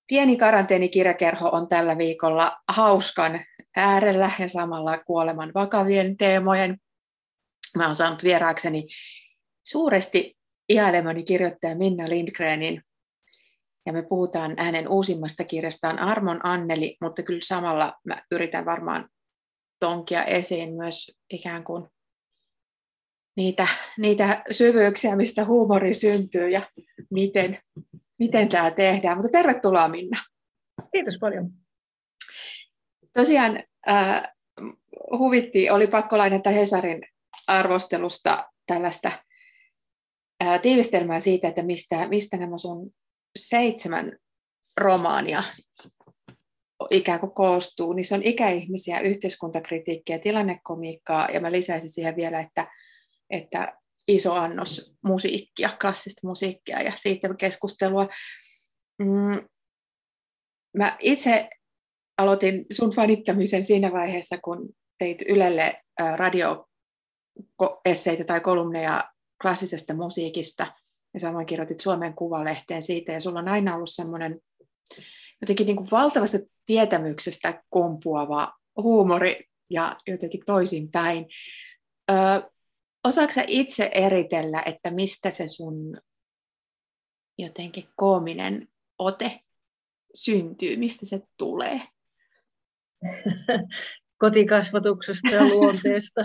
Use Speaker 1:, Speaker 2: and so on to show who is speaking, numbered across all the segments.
Speaker 1: pieni karanteenikirjakerho on tällä viikolla hauskan äärellä ja samalla kuoleman vakavien teemojen. Mä oon saanut vieraakseni suuresti ihailemani kirjoittaja Minna Lindgrenin. Ja me puhutaan hänen uusimmasta kirjastaan Armon Anneli, mutta kyllä samalla mä yritän varmaan tonkia esiin myös ikään kuin niitä syvyyksiä, mistä huumori syntyy ja miten tämä tehdään. Mutta tervetuloa, Minna.
Speaker 2: Kiitos paljon.
Speaker 1: Tosiaan oli pakko lainata Hesarin arvostelusta tällaista tiivistelmää siitä, että mistä nämä sun 7 romaania ikään kuin koostuu. Niissä on ikäihmisiä, yhteiskuntakritiikkiä, tilannekomiikkaa, ja mä lisäisin siihen vielä, että iso annos musiikkia, klassista musiikkia ja siitä keskustelua. Mä itse aloitin sun fanittamisen siinä vaiheessa, kun teit Ylelle radioesseitä tai kolumneja klassisesta musiikista, ja samoin kirjoitit Suomen Kuvalehteen siitä, ja sulla on aina ollut semmoinen jotenkin niin kuin valtavasta tietämyksestä kumpuava huumori ja jotenkin toisinpäin. Osaatko sä itse eritellä, että mistä se sun jotenkin koominen ote syntyy, mistä se tulee?
Speaker 2: Kotikasvatuksesta ja luonteesta.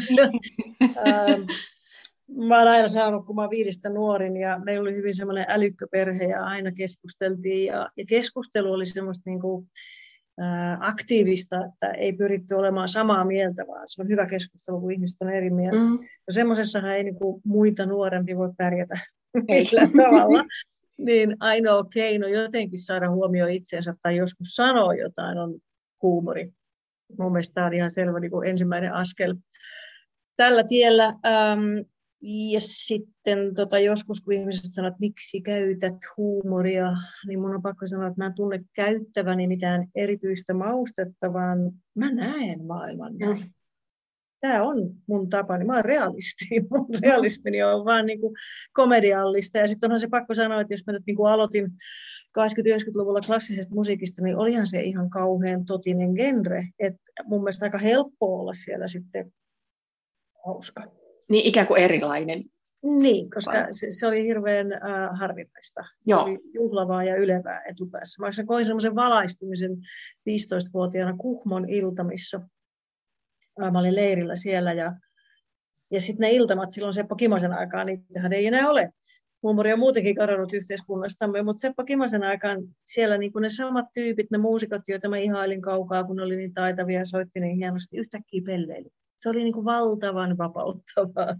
Speaker 2: Mä oon aina saanut, kun mä oon 5 nuorin, ja meillä oli hyvin semmoinen älykköperhe, ja aina keskusteltiin, ja keskustelu oli semmoista niin kuin, aktiivista, että ei pyritty olemaan samaa mieltä, vaan se on hyvä keskustelu, kun ihmiset on eri mieltä. Ja semmoisessahan ei niin kuin muita nuorempi voi pärjätä millään tavalla. Niin ainoa keino jotenkin saada huomioon itseensä tai joskus sanoa jotain on huumori. Mun mielestä tämä on ihan selvä niin kuin ensimmäinen askel tällä tiellä. Ja sitten joskus, kun ihmiset sanoo, että miksi käytät huumoria, niin mun on pakko sanoa, että mä en tunne käyttäväni mitään erityistä maustetta, vaan mä näen maailman. Tämä on mun tapani. Mä oon realisti. Mun realismini on vaan niin kuin komediallista. Ja sitten onhan se pakko sanoa, että jos mä nyt niin kuin aloitin 80-90-luvulla klassisesta musiikista, niin olihan se ihan kauhean totinen genre. Että mun mielestä aika helppo olla siellä sitten hauska.
Speaker 1: Niin ikään kuin erilainen.
Speaker 2: Niin, koska se oli hirveän harvinaista. Se oli juhlavaa ja ylevää etupäässä. Mä koin semmoisen valaistumisen 15-vuotiaana Kuhmon iltamissa. Mä olin leirillä siellä ja sitten ne iltamat silloin Seppo Kimosen aikaan, niitähän ei enää ole. Huumori on muutenkin kadonnut yhteiskunnastamme, mutta Seppo Kimosen aikaan siellä niin ne samat tyypit, ne muusikot, joita mä ihailin kaukaa, kun ne oli niin taitavia ja soitti niin hienosti, yhtäkkiä pelleili. Se oli niin kuin valtavan vapauttavaa.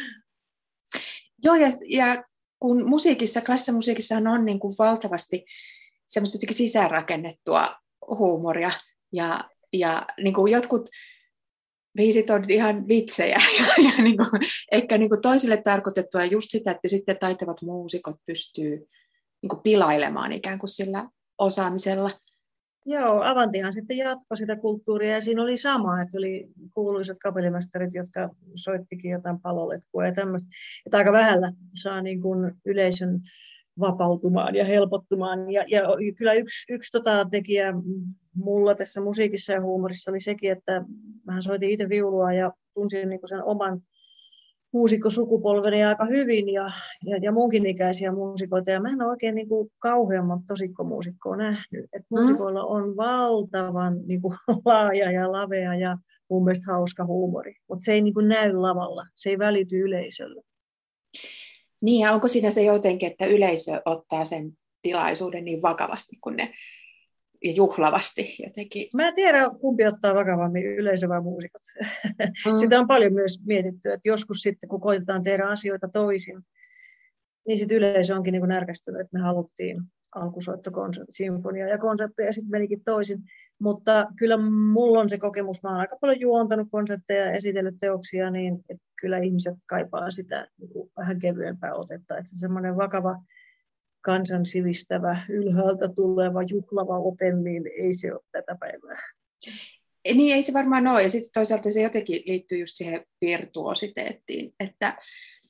Speaker 1: Joo, ja kun klassisessa musiikissahan on niin kuin valtavasti semmoista jotenkin sisäänrakennettua huumoria, ja niin kuin jotkut biisit on ihan vitsejä, ja niin kuin, ehkä niin kuin toisille tarkoitettua just sitä, että sitten taitavat muusikot pystyy niin kuin pilailemaan ikään kuin sillä osaamisella.
Speaker 2: Joo, Avantihan sitten jatkoi sitä kulttuuria, ja siinä oli sama, että oli kuuluisat kapellimestarit, jotka soittikin jotain paloletkua ja tämmöistä. Että aika vähällä saa niin kuin yleisön vapautumaan ja helpottumaan. Ja kyllä yksi tekijä mulla tässä musiikissa ja huumorissa oli sekin, että mä soitin itse viulua ja tunsin niin kuin sen oman muusikkosukupolveni aika hyvin ja muunkin ikäisiä muusikoita. Ja mä en ole oikein niin kuin kauheamman tosikkomuusikkoa nähnyt. Et muusikoilla on valtavan niin kuin laaja ja lavea ja mun mielestä hauska huumori. Mutta se ei niin kuin näy lavalla, se ei välity yleisölle.
Speaker 1: Niin, ja onko siinä se jotenkin, että yleisö ottaa sen tilaisuuden niin vakavasti kuin ne ja juhlavasti jotenkin?
Speaker 2: Mä en tiedä, kumpi ottaa vakavammin, yleisö vai muusikot. Sitä on paljon myös mietitty, että joskus sitten, kun koitetaan tehdä asioita toisin, niin sitten yleisö onkin niin kuin närkästynyt, että me haluttiin alkusoittokonsertti, sinfonia ja konsertteja, ja sitten menikin toisin. Mutta kyllä mulla on se kokemus, mä oon aika paljon juontanut konsertteja ja esitellyt teoksia, niin että kyllä ihmiset kaipaa sitä niin kuin vähän kevyempää otetta. Että se semmoinen vakava, kansan sivistävä, ylhäältä tuleva, juhlava ote, niin ei se ole tätä päivää.
Speaker 1: Niin ei se varmaan ole, ja sitten toisaalta se jotenkin liittyy just siihen virtuositeettiin, että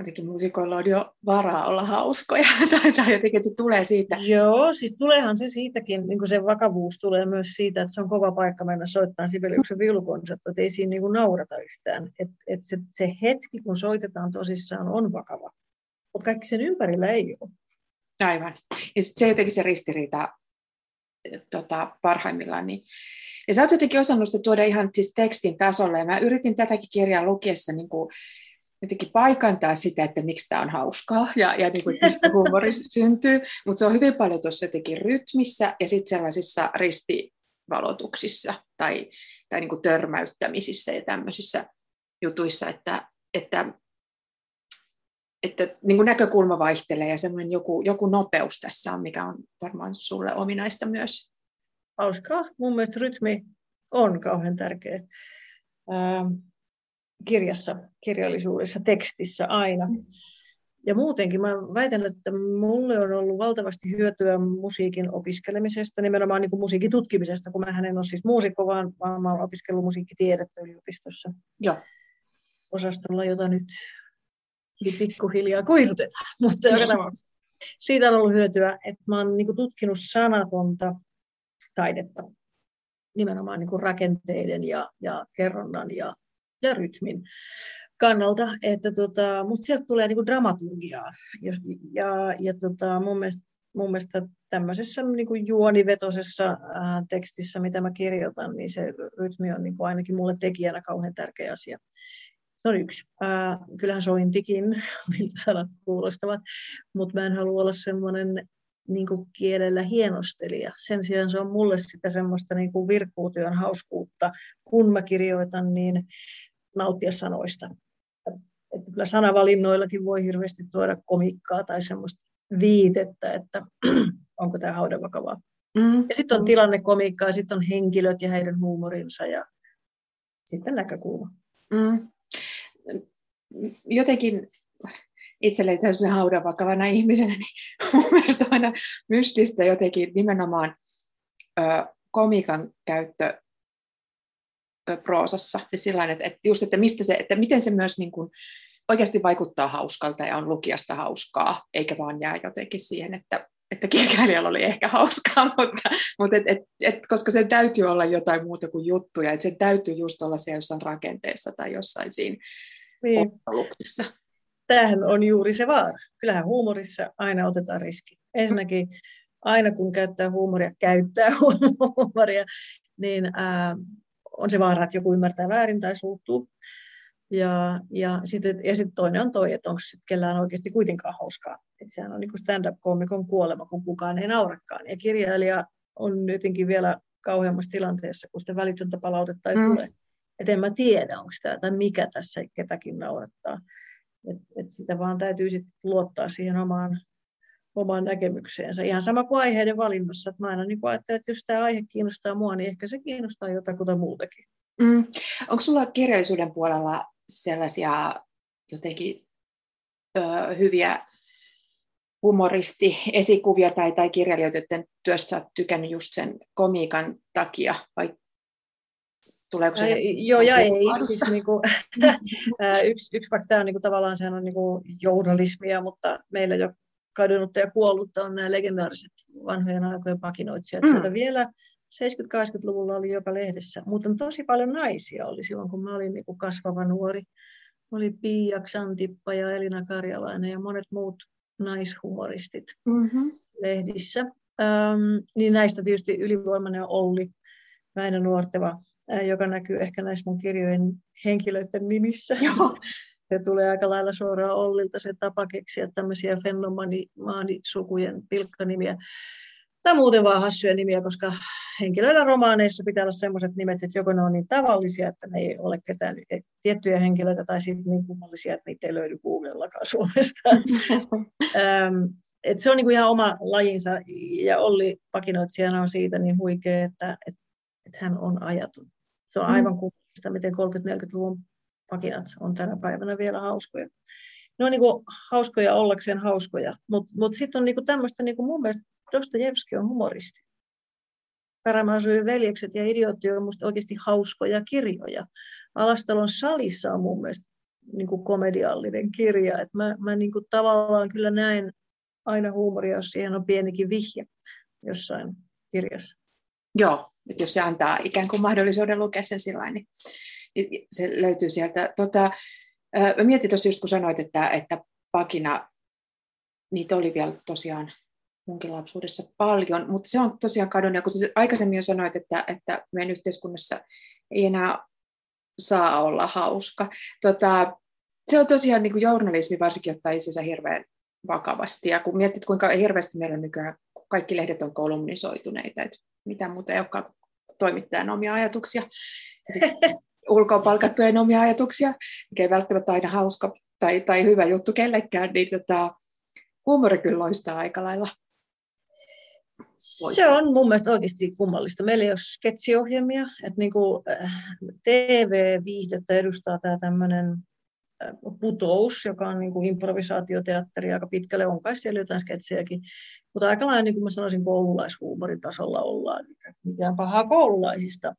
Speaker 1: jotenkin muusikoilla on jo varaa olla hauskoja, tai jotenkin, että se tulee siitä.
Speaker 2: Joo, siis tuleehan se siitäkin, niin kuin se vakavuus tulee myös siitä, että se on kova paikka mennä soittamaan Sibeliuksen viulukonsertto, että ei siinä niin kuin naurata yhtään. Että se hetki, kun soitetaan tosissaan, on vakava, mutta kaikki sen ympärillä ei ole.
Speaker 1: Aivan. Ja sitten se jotenkin se ristiriita parhaimmillaan. Niin. Ja sä oot jotenkin osannut sitä tuoda ihan siis tekstin tasolle, ja mä yritin tätäkin kirjaa lukiessa niin kuin jotenkin paikantaa sitä, että miksi tämä on hauskaa ja niin kuin, mistä huumori syntyy, mutta se on hyvin paljon tuossa jotenkin rytmissä ja sitten sellaisissa ristivalotuksissa tai niin kuin törmäyttämisissä ja tämmöisissä jutuissa, että niin kuin näkökulma vaihtelee ja semmoinen joku nopeus tässä on, mikä on varmaan sulle ominaista myös.
Speaker 2: Hauskaa. Mun mielestä rytmi on kauhean tärkeä. Kirjallisuudessa, tekstissä aina. Ja muutenkin mä väitän, että mulle on ollut valtavasti hyötyä musiikin opiskelemisesta, nimenomaan niin kuin musiikin tutkimisesta, kun mähän en ole siis muusikko, vaan mä olen opiskellut musiikkitiedettä yliopistossa.
Speaker 1: Joo.
Speaker 2: Osastolla, jota nyt pikkuhiljaa kuihdutetaan. Mutta joka tapauksessa siitä on ollut hyötyä, että mä oon niin kuin tutkinut sanatonta taidetta, nimenomaan niin kuin rakenteiden ja kerronnan ja rytmin kannalta, että musta sieltä tulee niinku dramaturgiaa ja mun mielestä tämmöisessä niinku juonivetoisessa tekstissä, mitä mä kirjoitan, niin se rytmi on niinku ainakin mulle tekijänä kauhean tärkeä asia. Se on yksi. Kyllähän sointikin, miltä sanat kuulostavat, mutta mä en halua olla semmoinen niinku kielellä hienostelija. Sen sijaan se on mulle sitä semmoista niinku virkkuutyön hauskuutta, kun mä kirjoitan, niin nauttia sanoista. Että kyllä sanavalinnoillakin voi hirveästi tuoda komiikkaa tai semmoista viitettä, että onko tämä haudanvakavaa. Ja sitten on tilannekomiikkaa, ja sitten on henkilöt ja heidän huumorinsa ja sitten näkökulma.
Speaker 1: Jotenkin itselleni tällaisena haudanvakavana ihmisenä, niin mun mielestä on aina mystistä jotenkin nimenomaan komiikan käyttö proosassa. Ja sillain, että miten se myös niin kuin oikeasti vaikuttaa hauskalta ja on lukijasta hauskaa, eikä vaan jää jotenkin siihen, että kirjailijalla oli ehkä hauskaa, mutta koska sen täytyy olla jotain muuta kuin juttuja, että sen täytyy just olla se jossain rakenteessa tai jossain siinä otteluksessa.
Speaker 2: Tämähän on juuri se vaara. Kyllähän huumorissa aina otetaan riski. Ensinnäkin aina kun käyttää huumoria, niin on se vaara, että joku ymmärtää väärin tai suuttuu. Ja sitten toinen on toi, että onko sitten kellään oikeasti kuitenkaan hauskaa. Että sehän on niin kuin stand-up-koomikon kuolema, kun kukaan ei naurakaan. Ja kirjailija on jotenkin vielä kauheammassa tilanteessa, kun sitä välitöntä palautetta ei tule. Että en mä tiedä, onko tämä tai mikä tässä ketäkin naurattaa. Et sitä vaan täytyy sitten luottaa siihen omaan näkemykseensä. Ihan sama kuin aiheiden valinnassa. Että mä aina niin ajattelen, että jos tämä aihe kiinnostaa mua, niin ehkä se kiinnostaa jotakuta muutakin.
Speaker 1: Onko sulla kirjallisuuden puolella sellaisia jotenkin hyviä humoristi-esikuvia tai kirjailijoita, joiden työstä olet tykännyt just sen komiikan takia? Vai tuleeko se?
Speaker 2: Joo ja ei. Siis niinku, yksi fakta on niinku, tavallaan sehän on niinku journalismia, mutta meillä jo kadonnutta ja kuollutta on nämä legendaariset vanhojen aikojen pakinoitsijat. Sieltä vielä 70-80-luvulla oli joka lehdessä, mutta tosi paljon naisia oli silloin, kun mä olin niinku kasvava nuori. Oli Pia Xantippa ja Elina Karjalainen ja monet muut naishumoristit lehdissä. Niin näistä tietysti ylivoimainen on Olli Väinö-Nuorteva, joka näkyy ehkä näissä mun kirjojen henkilöiden nimissä.
Speaker 1: Joo.
Speaker 2: Se tulee aika lailla suoraan Ollilta se tapa keksiä tämmöisiä fenomaanisukujen pilkkanimiä. Tai muuten vaan hassuja nimiä, koska henkilöillä romaaneissa pitää olla sellaiset nimet, että joko ne on niin tavallisia, että ne ei ole ketään tiettyjä henkilöitä, tai sitten niin kummallisia, että niitä ei löydy Googlellakaan Suomesta. Se on niin kuin ihan oma lajinsa, ja Olli pakinoitsijana on siitä niin huikea, että hän on ajaton. Se on aivan kummallista, miten 30-40-luvun pakinat on tänä päivänä vielä hauskoja. Ne on niin kuin hauskoja ollakseen hauskoja, mutta sitten on niin kuin tämmöistä, niin kuin mun mielestä Dostojevski on humoristi. Karamazovin veljekset ja Idiootti on musta oikeasti hauskoja kirjoja. Alastalon salissa on mun mielestä niin kuin komediallinen kirja. Et mä niin kuin tavallaan kyllä näen aina huumoria, jos siihen on pienikin vihje jossain kirjassa.
Speaker 1: Joo, että jos se antaa ikään kuin mahdollisuuden lukea sen sillain, niin se löytyy sieltä. Mä mietin tuossa just kun sanoit, että pakina, niitä oli vielä tosiaan munkin lapsuudessa paljon, mutta se on tosiaan kadonnut. Ja kun aikaisemmin jo sanoit, että meidän yhteiskunnassa ei enää saa olla hauska. Se on tosiaan niin kuin journalismi varsinkin ottaa itsensä hirveän vakavasti. Ja kun mietit, kuinka hirveästi meillä on nykyään, kaikki lehdet on kolumnisoituneita, että mitä muuta ei olekaan toimittajan omia ajatuksia. Ja ulkoa palkattujen omia ajatuksia, mikä ei välttämättä aina hauska tai hyvä juttu kellekään, niin huumori kyllä loistaa aika lailla.
Speaker 2: Se on mun mielestä oikeasti kummallista. Meillä ei ole sketsiohjelmia, että niinku TV-viihdettä edustaa tämä tämmöinen Putous, joka on niinku improvisaatioteatteri aika pitkälle, on kai siellä jotain sketsejäkin, mutta aika lailla, niin kuin mä sanoisin, koululaishuumorin tasolla ollaan, mikään pahaa koululaisista.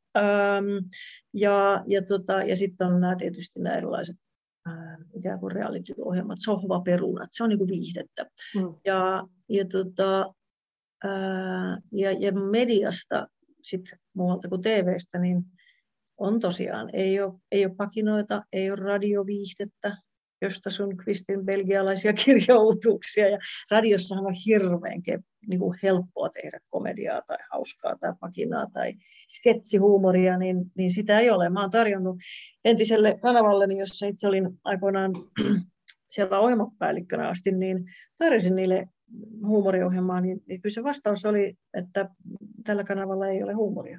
Speaker 2: Ja sitten on tietysti nämä erilaiset ikään kuin reality-ohjelmat, sohvaperunat, se on niinku viihdettä. Ja mediasta sit muualta kuin TV:stä, niin on tosiaan, ei ole pakinoita, ei ole radioviihdettä, josta Sundqvistin belgialaisia kirjautuksia. Ja radiossahan on hirveän niin kuin helppoa tehdä komediaa tai hauskaa tai pakinaa tai sketsihuumoria, niin sitä ei ole. Mä oon tarjonnut entiselle kanavalleni, jossa itse olin aikoinaan siellä ohjelmapäällikkönä asti, niin tarjosin niille huumoriohjelmaa, niin kyllä se vastaus oli, että tällä kanavalla ei ole huumoria.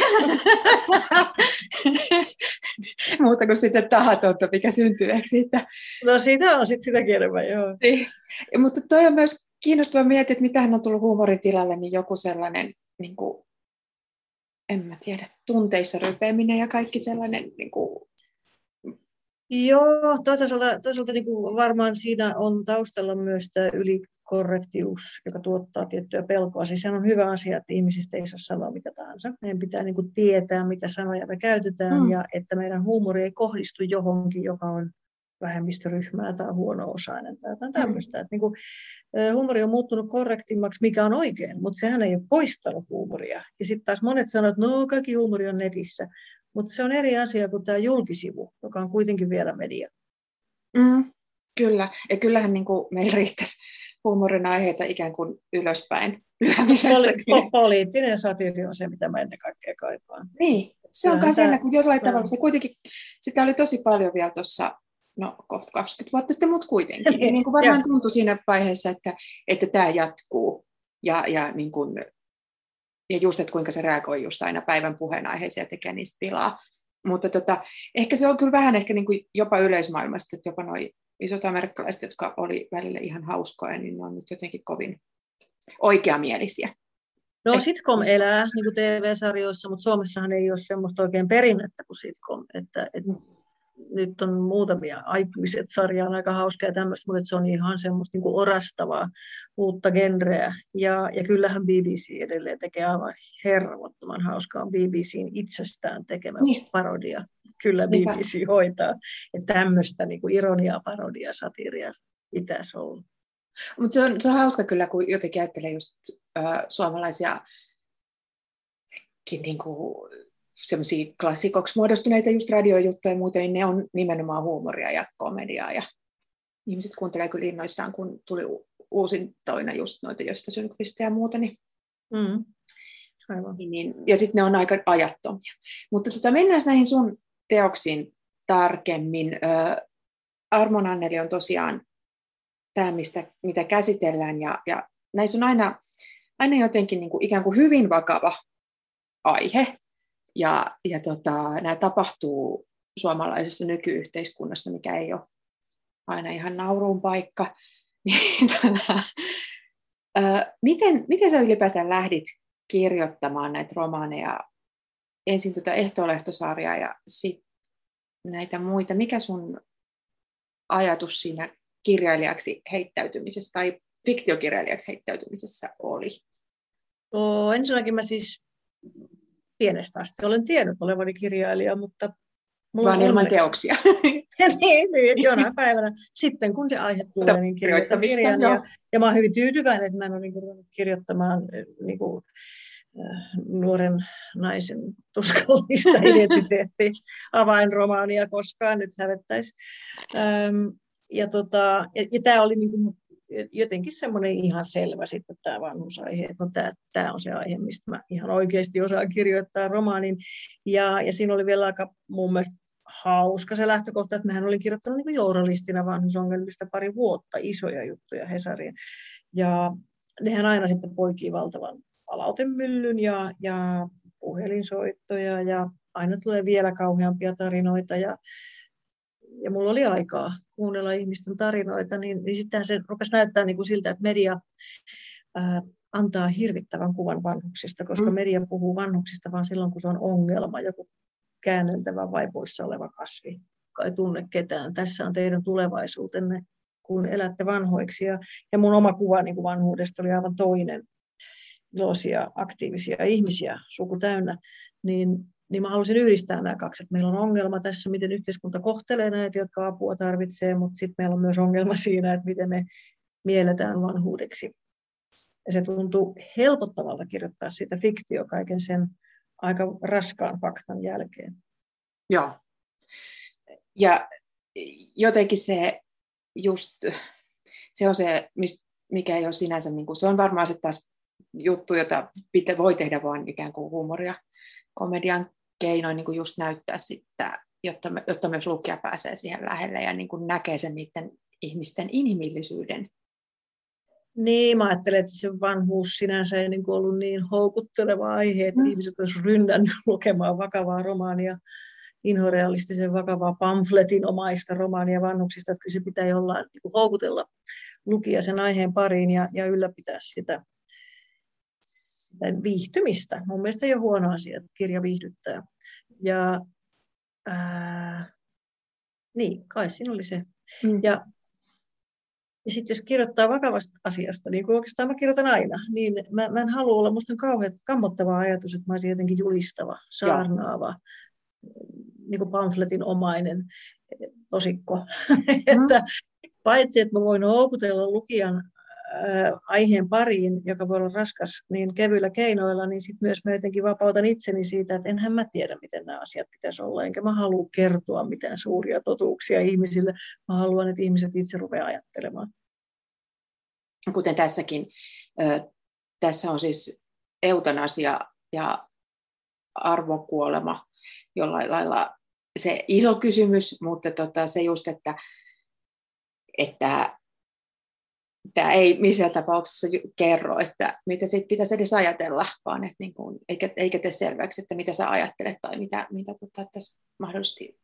Speaker 1: Muuta kuin sitten tahatonta, mikä syntyy, eikö siitä?
Speaker 2: No siitä on sitten sitäkin enemmän, joo.
Speaker 1: Niin. Mutta toi on myös kiinnostava miettiä, että mitähän on tullut huumorin tilalle, niin joku sellainen, niin kuin, en mä tiedä, tunteissa rypeäminen ja kaikki sellainen. Niin kuin...
Speaker 2: Joo, toisaalta niin kuin varmaan siinä on taustalla myös tämä ylikorrektius, joka tuottaa tiettyä pelkoa. Siis se on hyvä asia, että ihmisistä ei saa sanoa mitä tahansa. Meidän pitää niin kuin tietää, mitä sanoja me käytetään, ja että meidän huumori ei kohdistu johonkin, joka on vähemmistöryhmää tai huono-osainen tai jotain tämmöistä. Että niin kuin, huumori on muuttunut korrektimmaksi, mikä on oikein, mutta sehän ei ole poistanut huumoria. Ja sitten taas monet sanoo, että no kaikki huumori on netissä. Mutta se on eri asia kuin tämä julkisivu, joka on kuitenkin vielä media.
Speaker 1: Kyllä. Ja kyllähän niin kuin meillä riittäisi huumorin aiheita ikään kuin ylöspäin lyömisessä.
Speaker 2: Poliittinen satiiri on se, mitä mä ennen kaikkea kaipaan.
Speaker 1: Niin, se on myös jännä, kun jollain tavalla se kuitenkin, sitä oli tosi paljon vielä tuossa, kohta 20 vuotta sitten, mutta kuitenkin. Niin kuin varmaan tuntui siinä vaiheessa, että tämä jatkuu. Niin kuin, ja just, että kuinka se reagoi just aina päivän puheenaiheeseen ja tekee niistä tilaa. Mutta ehkä se on kyllä vähän ehkä niin kuin jopa yleismaailmasta, että jopa nuo isot amerikkalaiset, jotka oli välillä ihan hauskoja, niin ne on nyt jotenkin kovin oikeamielisiä.
Speaker 2: No sitcom elää niin kuin TV-sarjoissa, mutta Suomessahan ei ole semmoista oikein perinnettä kuin sitcom. Että nyt on muutamia aikuiset sarjaa aika hauskaa ja tämmöistä, mutta se on ihan semmoista niin kuin orastavaa uutta genreä. Ja kyllähän BBC edelleen tekee aivan hervottoman hauskaa BBCn itsestään tekemä parodia. Kyllä BBC hoitaa. Että tämmöistä niin kuin ironiaa, parodiaa, satiiria pitäisi olla.
Speaker 1: Mutta se on hauska kyllä, kun jotenkin ajattelee just suomalaisia niin kuin semmoisia klassikoksi muodostuneita just radiojuttuja ja muuta, niin ne on nimenomaan huumoria ja komediaa. Ja ihmiset kuuntelee kyllä innoissaan, kun tuli uusintoina just noita Josta Sundqvistia ja muuta. Niin,
Speaker 2: aivan.
Speaker 1: Ja sitten ne on aika ajattomia. Mutta mennään näihin sun teoksiin tarkemmin. Armon Anneli on tosiaan tämä, mitä käsitellään. Ja näissä on aina jotenkin niin kuin ikään kuin hyvin vakava aihe. Ja nämä tapahtuu suomalaisessa nykyyhteiskunnassa, mikä ei ole aina ihan nauruun paikka. Miten sä ylipäätään lähdit kirjoittamaan näitä romaaneja? Ensin Ehtoolehtosarjaa ja sitten näitä muita. Mikä sun ajatus siinä kirjailijaksi heittäytymisessä tai fiktiokirjailijaksi heittäytymisessä oli?
Speaker 2: Ensinnäkin mä siis pienestä asti olen tiennyt olevani kirjailija, mutta
Speaker 1: vaan ilman teoksia.
Speaker 2: niin, jonain päivänä. Sitten kun se aihe tulee, niin kirjoitan kirjan. Ja mä oon hyvin tyytyväinen, että mä en ole niin ruvennut kirjoittamaan niin kuin, nuoren naisen tuskallista identiteetti-avainromaania koskaan, nyt hävettäisi. Ja tämä oli niin kuin jotenkin semmoinen ihan selvä sitten tämä vanhusaihe, että no tämä on se aihe, mistä mä ihan oikeasti osaan kirjoittaa romaanin. Ja siinä oli vielä aika mun mielestä hauska se lähtökohta, että mehän olin kirjoittanut niin kuin journalistina vanhusongelmista pari vuotta isoja juttuja Hesariin. Ja nehän aina sitten poikii valtavan palautemyllyn ja puhelinsoittoja ja aina tulee vielä kauheampia tarinoita ja mulla oli aikaa kuunnella ihmisten tarinoita, niin sitten se rupesi näyttää niin kuin siltä, että media antaa hirvittävän kuvan vanhuksista, koska media puhuu vanhuksista vain silloin, kun se on ongelma, joku käänneltävä vai poissa oleva kasvi, joka ei tunne ketään. Tässä on teidän tulevaisuutenne, kun elätte vanhoiksi. Ja mun oma kuva niin kuin vanhuudesta oli aivan toinen. Iloisia, aktiivisia ihmisiä, suku täynnä, niin mä halusin yhdistää nämä kaksi. Että meillä on ongelma tässä, miten yhteiskunta kohtelee näitä, jotka apua tarvitsee, mutta sitten meillä on myös ongelma siinä, että miten me mielletään vanhuudeksi. Ja se tuntuu helpottavalta kirjoittaa siitä fiktio kaiken sen aika raskaan faktan jälkeen.
Speaker 1: Joo. Ja jotenkin se on se, mikä ei ole sinänsä, niin kuin, se on varmaan se taas juttu, jota voi tehdä vain ikään kuin huumoria komedian keinoin niin kuin just näyttää sitä, jotta myös lukija pääsee siihen lähelle ja niin kuin näkee sen niiden ihmisten inhimillisyyden.
Speaker 2: Niin, mä ajattelen, että se vanhuus sinänsä ei niin kuin ollut niin houkutteleva aihe, että ihmiset olisivat rynnännyt lukemaan vakavaa romaania, inhorealistisen vakavaa pamfletinomaista romaania vanhuksista, että kyllä se pitää jollain niin kuin houkutella lukija sen aiheen pariin ja ylläpitää sitä viihtymistä. Mun mielestä ei ole huono asia, että kirja viihdyttää. Ja niin, kai siinä oli se. Ja sitten jos kirjoittaa vakavasta asiasta, niin kuin oikeastaan mä kirjoitan aina, niin mä en halua olla, musta on kauhean kammottava ajatus, että mä olisin jotenkin julistava, saarnaava, niin kuin pamfletinomainen tosikko. Että paitsi, että mä voin houkutella lukijan aiheen pariin, joka voi olla raskas niin kevyillä keinoilla, niin sitten myös mä jotenkin vapautan itseni siitä, että enhän mä tiedä, miten nämä asiat pitäisi olla, enkä mä halua kertoa mitään suuria totuuksia ihmisille. Mä haluan, että ihmiset itse rupeaa ajattelemaan.
Speaker 1: Kuten tässäkin, tässä on siis eutanasia ja arvokuolema jollain lailla se iso kysymys, mutta se just, että tämä ei missään tapauksessa kerro, että mitä siitä pitäisi edes ajatella, vaan että niin kuin, eikä tee selväksi, että mitä sä ajattelet tai mitä tässä mahdollisesti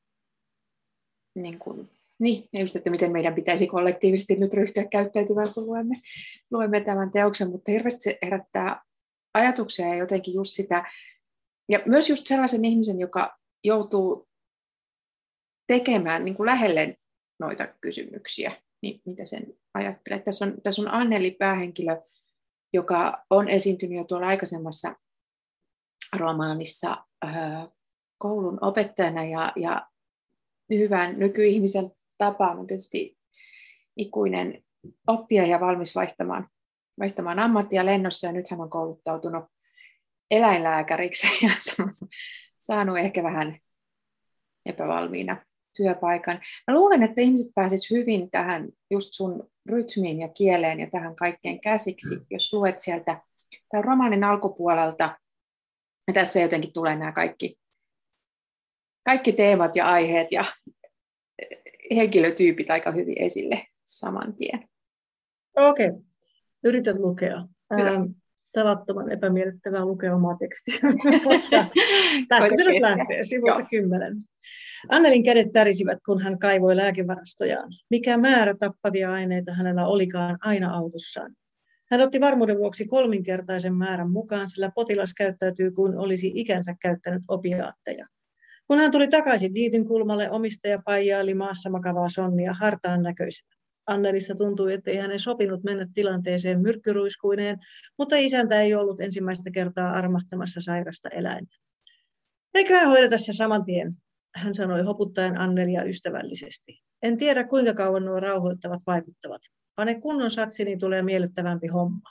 Speaker 1: ja just, että miten meidän pitäisi kollektiivisesti nyt ryhtyä käyttäytymään, kun luemme tämän teoksen, mutta hirveästi se herättää ajatuksia ja jotenkin just sitä, ja myös just sellaisen ihmisen, joka joutuu tekemään niin kuin lähelle noita kysymyksiä, niin mitä sen ajattelee. Tässä on Anneli päähenkilö, joka on esiintynyt jo tuolla aikaisemmassa romaanissa koulun opettajana ja hyvän nykyihmisen tapaan on tietysti ikuinen oppija ja valmis vaihtamaan ammattia lennossa, ja nyt hän on kouluttautunut eläinlääkäriksi ja saanut ehkä vähän epävalmiina työpaikan. Mä luulen, että ihmiset pääsisivät hyvin tähän just sun rytmiin ja kieleen ja tähän kaikkeen käsiksi, jos luet sieltä tämän romaanin alkupuolelta. Ja tässä jotenkin tulee nämä kaikki teemat ja aiheet ja henkilötyypit aika hyvin esille saman tien.
Speaker 2: Okei, yritän lukea. Tavattoman epämiellyttävää lukea omaa tekstiä. Tästä se nyt lähtee, sivulta 10. Annelin kädet tärisivät, kun hän kaivoi lääkevarastojaan. Mikä määrä tappavia aineita hänellä olikaan aina autossaan. Hän otti varmuuden vuoksi 3-kertaisen määrän mukaan, sillä potilas käyttäytyy kuin olisi ikänsä käyttänyt opiaatteja. Kun hän tuli takaisin niityn kulmalle, omistaja paijaili maassa makavaa sonnia hartaan näköisenä. Annelista tuntui, ettei hänen sopinut mennä tilanteeseen myrkkyruiskuineen, mutta isäntä ei ollut ensimmäistä kertaa armahtamassa sairasta eläintä. Eiköhän hoideta se saman tien. hän sanoi hoputtaen Annelia ystävällisesti. En tiedä, kuinka kauan nuo rauhoittavat vaikuttavat. Pane kunnon satsi, niin tulee miellyttävämpi homma.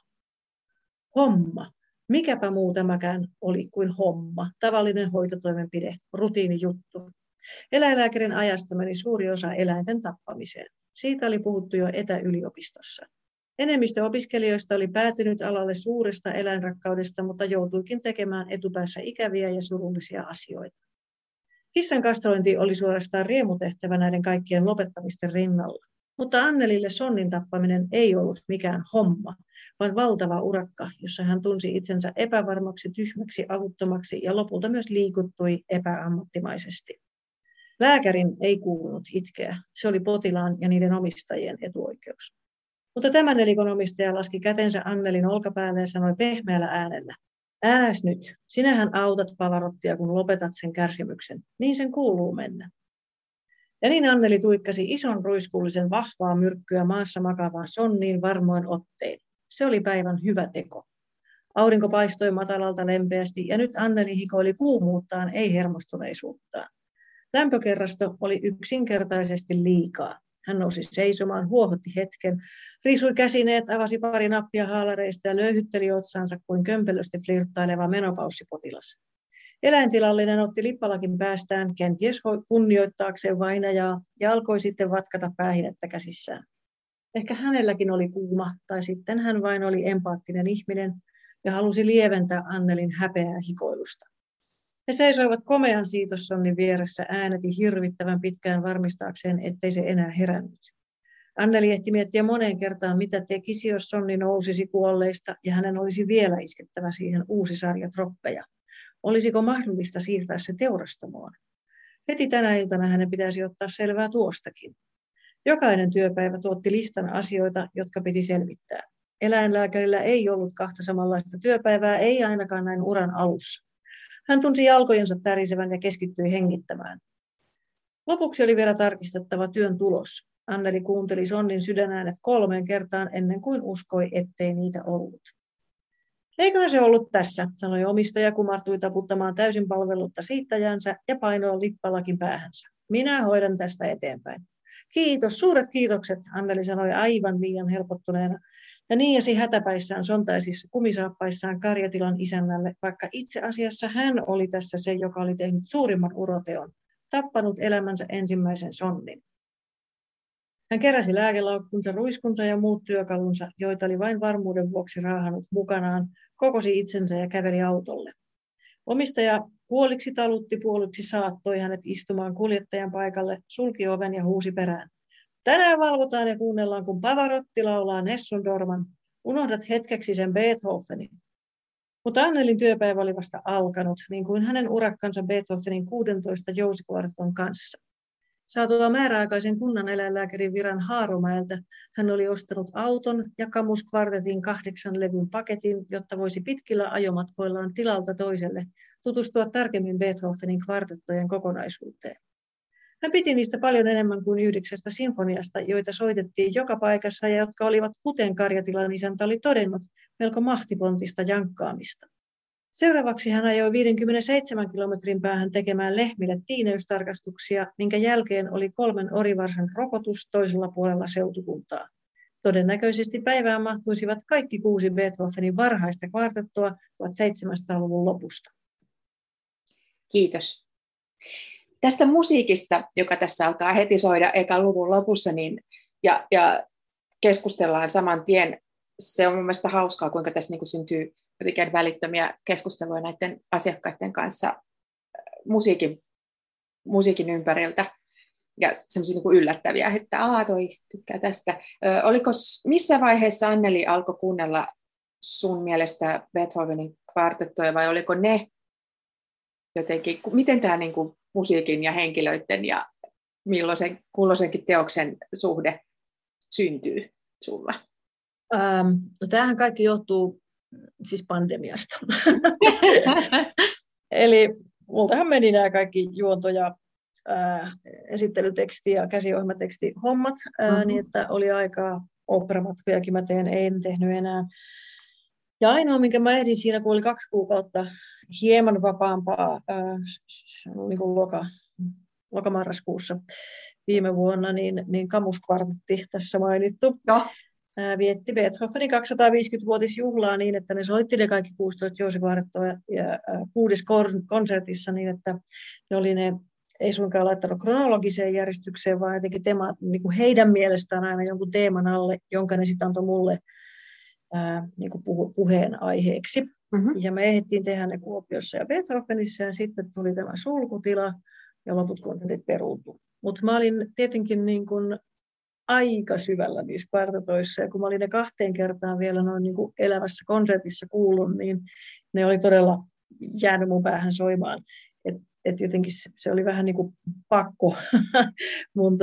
Speaker 2: Homma. Mikäpä muu tämäkään oli kuin homma. Tavallinen hoitotoimenpide, rutiinijuttu. Eläinlääkärin ajasta meni suuri osa eläinten tappamiseen. Siitä oli puhuttu jo etäyliopistossa. Enemmistö opiskelijoista oli päätynyt alalle suuresta eläinrakkaudesta, mutta joutuikin tekemään etupäässä ikäviä ja surullisia asioita. Kissan kastrointi oli suorastaan riemutehtävä näiden kaikkien lopettamisten rinnalla. Mutta Annelille sonnin tappaminen ei ollut mikään homma, vaan valtava urakka, jossa hän tunsi itsensä epävarmaksi, tyhmäksi, avuttomaksi ja lopulta myös liikuttui epäammattimaisesti. Lääkärin ei kuulunut itkeä. Se oli potilaan ja niiden omistajien etuoikeus. Mutta tämä nelikon omistaja laski kätensä Annelin olkapäälle ja sanoi pehmeällä äänellä: Ääs nyt, sinähän autat Pavarottia, kun lopetat sen kärsimyksen. Niin sen kuuluu mennä. Ja niin Anneli tuikkasi ison ruiskullisen vahvaa myrkkyä maassa makavaan sonniin varmoin ottein. Se oli päivän hyvä teko. Aurinko paistoi matalalta lempeästi ja nyt Anneli hikoili kuumuuttaan, ei hermostuneisuuttaan. Lämpökerrasto oli yksinkertaisesti liikaa. Hän nousi seisomaan, huohotti hetken, riisui käsineet, avasi pari nappia haalareista ja löyhytteli otsaansa kuin kömpelösti flirttaileva menopaussipotilas. Eläintilallinen otti lippalakin päästään, kenties kunnioittaakseen vainajaa, ja alkoi sitten vatkata päähinettä käsissään. Ehkä hänelläkin oli kuuma, tai sitten hän vain oli empaattinen ihminen ja halusi lieventää Annelin häpeää hikoilusta. He seisoivat komean siitossonnin vieressä ääneti hirvittävän pitkään varmistaakseen, ettei se enää herännyt. Anneli ehti miettiä moneen kertaan, mitä tekisi, jos sonni nousisi kuolleista ja hänen olisi vielä iskettävä siihen uusi sarja troppeja. Olisiko mahdollista siirtää se teurastamoon? Heti tänä iltana hänen pitäisi ottaa selvää tuostakin. Jokainen työpäivä tuotti listan asioita, jotka piti selvittää. Eläinlääkärillä ei ollut kahta samanlaista työpäivää, ei ainakaan näin uran alussa. Hän tunsi jalkojensa tärisevän ja keskittyi hengittämään. Lopuksi oli vielä tarkistettava työn tulos. Anneli kuunteli sonnin sydänäänet 3 kertaan ennen kuin uskoi, ettei niitä ollut. Eiköhän se ollut tässä, sanoi omistaja, kumartui taputtamaan täysin palvelutta siittäjänsä ja painoi lippalakin päähänsä. Minä hoidan tästä eteenpäin. Kiitos, suuret kiitokset, Anneli sanoi aivan liian helpottuneena. Ja niiasi hätäpäissään sontaisissa kumisaappaissaan karjatilan isännälle, vaikka itse asiassa hän oli tässä se, joka oli tehnyt suurimman uroteon, tappanut elämänsä ensimmäisen sonnin. Hän keräsi lääkelaukkunsa, ruiskunsa ja muut työkalunsa, joita oli vain varmuuden vuoksi raahannut mukanaan, kokosi itsensä ja käveli autolle. Omistaja puoliksi talutti, puoliksi saattoi hänet istumaan kuljettajan paikalle, sulki oven ja huusi perään. Tänään valvotaan ja kuunnellaan, kun Pavarotti laulaa Nessun Dorman. Unohdat hetkeksi sen Beethovenin. Mutta Annelin työpäivä oli vasta alkanut, niin kuin hänen urakkansa Beethovenin 16 jousikvarteton kanssa. Saatua määräaikaisen kunnaneläinlääkärin viran Haaromäeltä, hän oli ostanut auton ja kamuskvartetin 8 levyn paketin, jotta voisi pitkillä ajomatkoillaan tilalta toiselle tutustua tarkemmin Beethovenin kvartettojen kokonaisuuteen. Hän piti niistä paljon enemmän kuin 9 sinfoniasta, joita soitettiin joka paikassa ja jotka olivat, kuten karjatilan isäntä oli todennut, melko mahtipontista jankkaamista. Seuraavaksi hän ajoi 57 kilometrin päähän tekemään lehmille tiineystarkastuksia, minkä jälkeen oli 3 orivarsan rokotus toisella puolella seutukuntaa. Todennäköisesti päivään mahtuisivat kaikki 6 Beethovenin varhaista kvartettoa 1700-luvun lopusta.
Speaker 1: Kiitos. Tästä musiikista, joka tässä alkaa heti soida eka luvun lopussa, niin, ja keskustellaan saman tien. Se on mun mielestä hauskaa, kuinka tässä niin kuin syntyy jotenkin välittömiä keskusteluja näiden asiakkaiden kanssa musiikin ympäriltä. Ja semmoisia niin kuin yllättäviä, että toi tykkää tästä. Oliko missä vaiheessa Anneli alkoi kuunnella sun mielestä Beethovenin kvartettoja, vai oliko ne jotenkin, miten tämä niin kuin musiikin ja henkilöiden ja kulloisenkin teoksen suhde syntyy sulla?
Speaker 2: No tämähän kaikki johtuu siis pandemiasta. Eli multahan meni nämä kaikki juonto- ja esittelyteksti ja käsiohjelmateksti hommat, niin että oli aikaa oopperamatkojakin mä en tehnyt enää. Ja ainoa, minkä mä ehdin siinä, kun oli 2 kuukautta hieman vapaampaa niin kuin lokamarraskuussa viime vuonna, niin Kamuskvartetti tässä mainittu.
Speaker 1: No.
Speaker 2: Vietti Beethovenin 250-vuotisjuhlaa niin, että ne soitti ne kaikki 16 Joosef-kvartettoa ja 6. konsertissa niin, että ne ei suinkaan laittanut kronologiseen järjestykseen, vaan jotenkin niin kuin heidän mielestään aina jonkun teeman alle, jonka ne sitten antoi mulle niin kuin puheen aiheeksi. Mm-hmm. Ja me ehdittiin tehdä ne Kuopiossa ja Beethovenissa, ja sitten tuli tämä sulkutila, ja loput konsertit peruuntui. Mutta mä olin tietenkin niin kuin aika syvällä niissä kvartetoissa, ja kun mä olin ne 2 kertaan vielä noin niin kuin elävässä konsertissa kuullut, niin ne oli todella jäänyt mun päähän soimaan. Et jotenkin se oli vähän niin kuin pakko mun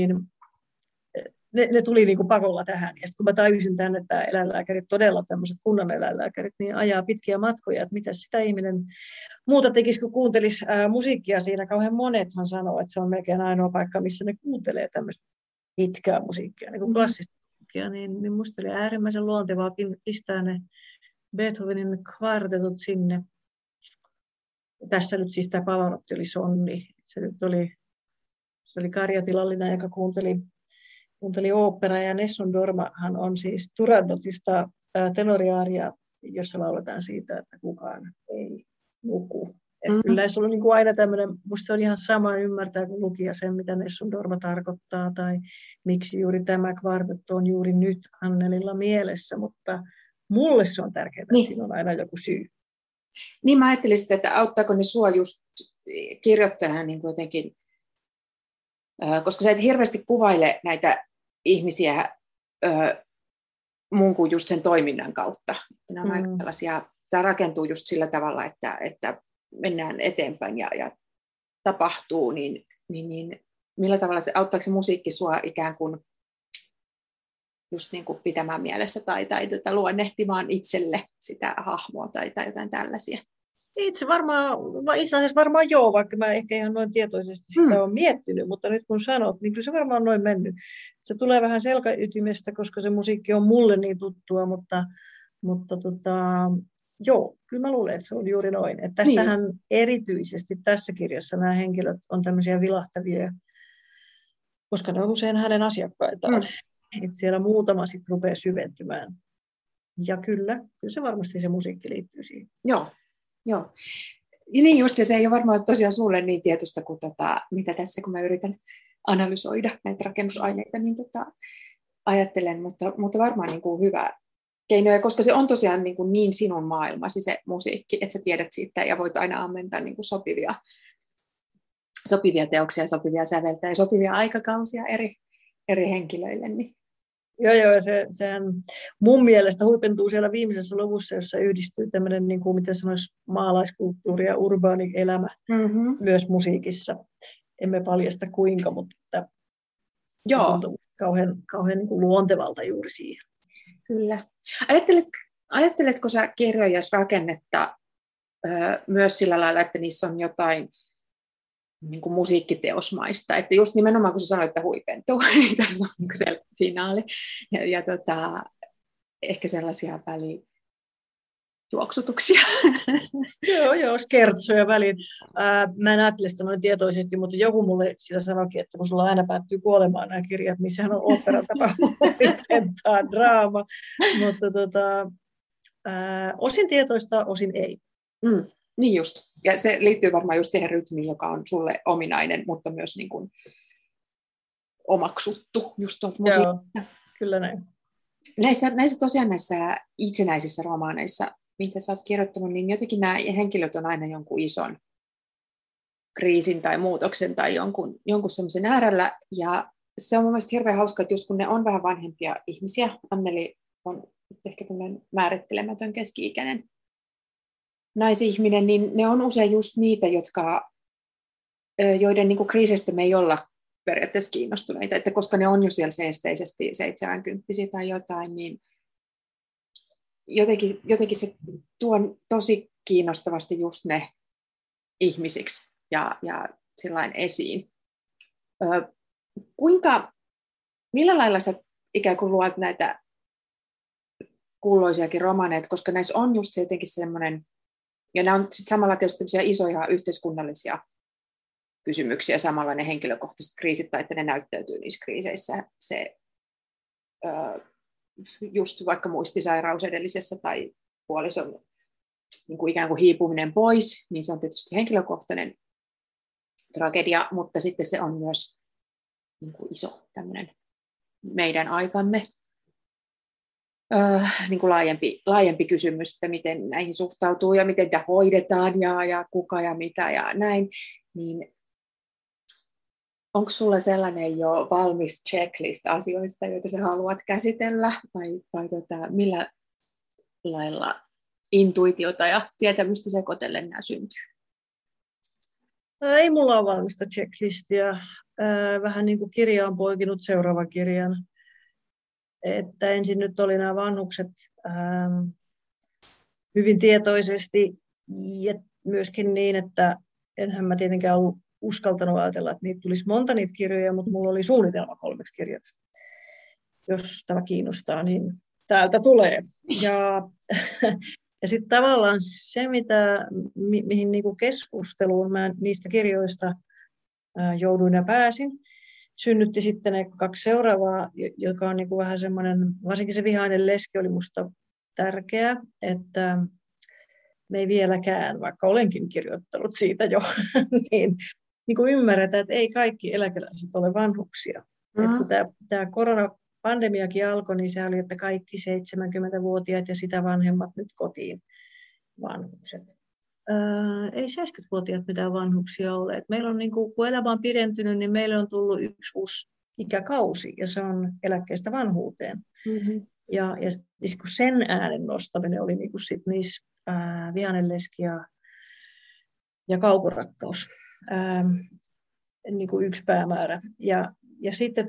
Speaker 2: ne tuli niin kuin pakolla tähän. Ja sitten kun mä tajusin tänne, että eläinlääkärit, todella tämmöiset kunnan eläinlääkärit, niin ajaa pitkiä matkoja, että mitä sitä ihminen muuta tekisi, kun kuuntelisi musiikkia siinä. Kauhean monethan sanoo, että se on melkein ainoa paikka, missä ne kuuntelee tämmöistä pitkää musiikkia, niin kuin klassista musiikkia. Niin musta oli äärimmäisen luontevaa pistää ne Beethovenin kvartetot sinne. Tässä nyt siis tämä Pavarotti oli sonni. Se oli Karjatilallinen, joka kuunteli oopperaa, ja Nessun Dormahan on siis Turandotista tenoriaaria, jossa lauletaan siitä, että kukaan ei nuku. Kyllä se on niin kuin aina tämmöinen, musta se on ihan sama ymmärtää kuin lukija sen, mitä Nessun Dorma tarkoittaa, tai miksi juuri tämä kvartetto on juuri nyt Annelilla mielessä, mutta mulle se on tärkeää, että siinä on aina joku syy.
Speaker 1: Niin mä ajattelisin, että auttaako ne sua just kirjoittajana niin kuin jotenkin, koska sä et hirveästi kuvaile näitä ihmisiä muun kuin just sen toiminnan kautta. Ne on aika tällaisia, tämä rakentuu just sillä tavalla, että mennään eteenpäin ja tapahtuu, niin millä tavalla auttaako se musiikki sua ikään kuin just niin kuin pitämään mielessä tai luonnehtimaan itselle sitä hahmoa tai jotain tällaisia?
Speaker 2: Itse asiassa varmaan joo, vaikka mä ehkä ihan noin tietoisesti sitä olen miettinyt, mutta nyt kun sanot, niin kyllä se varmaan on noin mennyt. Se tulee vähän selkäytimestä, koska se musiikki on mulle niin tuttua, mutta joo, kyllä mä luulen, että se on juuri noin. Että tässähän erityisesti tässä kirjassa nämä henkilöt on tämmöisiä vilahtavia, koska ne on usein hänen asiakkaitaan. Että siellä muutama sitten rupeaa syventymään. Ja kyllä se varmasti se musiikki liittyy siihen.
Speaker 1: Joo. Ja niin just, ja se ei ole varmaan tosiaan sulle niin tietoista kuin mitä tässä, kun mä yritän analysoida näitä rakennusaineita, niin ajattelen, mutta varmaan niin kuin hyvä keino, ja koska se on tosiaan niin sinun maailmasi se musiikki, että sä tiedät siitä ja voit aina ammentaa niin kuin sopivia teoksia, sopivia säveltä ja sopivia aikakausia eri henkilöille. Niin.
Speaker 2: Joo, sehän mun mielestä huipentuu siellä viimeisessä luvussa, jossa yhdistyy tämmöinen, niin kuin miten sanoisi, maalaiskulttuuri ja urbaani elämä myös musiikissa. Emme paljasta kuinka, mutta se tuntuu kauhean niin kuin luontevalta juuri siihen.
Speaker 1: Kyllä. Ajatteletko sä kirjoitusrakennetta myös sillä lailla, että niissä on jotain niin kuin musiikkiteosmaista, että just nimenomaan kun sä sanoit, että huipentuu, niin tässä on niin se finaali, ja ehkä sellaisia välijuoksutuksia.
Speaker 2: Joo, skertsoja väliin. Mä en ajattele sitä noin tietoisesti, mutta joku mulle sitä sanoikin, että kun sulla aina päättyy kuolemaan nämä kirjat, niin sehän on oopperan tapa huipentaa draama, mutta osin tietoista, osin ei.
Speaker 1: Niin just. Ja se liittyy varmaan just siihen rytmiin, joka on sulle ominainen, mutta myös niin kuin omaksuttu just tuolta musiikista.
Speaker 2: Joo, kyllä näin.
Speaker 1: Näissä itsenäisissä romaaneissa, mitä sä oot kirjoittanut, niin jotenkin nämä henkilöt on aina jonkun ison kriisin tai muutoksen tai jonkun semmoisen äärellä. Ja se on mun mielestä hirveän hauska, että just kun ne on vähän vanhempia ihmisiä, Anneli on ehkä tämmöinen määrittelemätön keski-ikäinen naisihminen, niin ne on usein just niitä, joiden niin kuin kriisistä me ei olla periaatteessa kiinnostuneita, että koska ne on jo siellä seesteisesti 70 tai jotain, niin jotenkin se tuo tosi kiinnostavasti just ne ihmisiksi ja sillain esiin. Millä lailla sä ikään kuin luot näitä kuuluisiakin romaaneita, koska näissä on just se jotenkin semmoinen, ja nämä on sitten samalla tietysti isoja yhteiskunnallisia kysymyksiä, samalla ne henkilökohtaiset kriisit, tai että ne näyttäytyy niissä kriiseissä. Se just vaikka muistisairaus edellisessä tai puolison niin kuin ikään kuin hiipuminen pois, niin se on tietysti henkilökohtainen tragedia, mutta sitten se on myös niin kuin iso tämmöinen meidän aikamme niin kuin laajempi kysymys, että miten näihin suhtautuu ja miten tämä hoidetaan ja kuka ja mitä ja näin, niin onko sulla sellainen jo valmis checklist asioista, joita sä haluat käsitellä, vai millä lailla intuitiota ja tietämystä sekoitellen nämä syntyy?
Speaker 2: Ei mulla ole valmista checklistia. Vähän niin kuin kirja on poikinut seuraavan kirjan. Että ensin nyt oli nämä vanhukset hyvin tietoisesti ja myöskin niin, että enhän mä tietenkään ollut uskaltanut ajatella, että niitä tulisi monta niitä kirjoja, mutta mulla oli suunnitelma 3 kirjaksi. Jos tämä kiinnostaa, niin täältä tulee. Ja sitten tavallaan se, mihin niinku keskusteluun mä niistä kirjoista jouduin ja pääsin, synnytti sitten ne 2 seuraavaa, joka on niinku vähän semmoinen, varsinkin se Vihainen leski oli musta tärkeä, että me ei vieläkään, vaikka olenkin kirjoittanut siitä jo, niin kuin ymmärretään, että ei kaikki eläkeläiset ole vanhuksia. Mm. Kun tämä koronapandemiakin alkoi, niin se oli, että kaikki 70-vuotiaat ja sitä vanhemmat nyt kotiin vanhukset. Ei 70-vuotiaat mitään vanhuksia ole. Et meillä on, niin kun elämä on pidentynyt, niin meille on tullut yksi uusi ikäkausi, ja se on eläkkeestä vanhuuteen. Mm-hmm. Ja kun sen äänen nostaminen oli niin sit niissä Vihainen leski ja Kaukorakkaus. Niin kuin yksi päämäärä. Ja sitten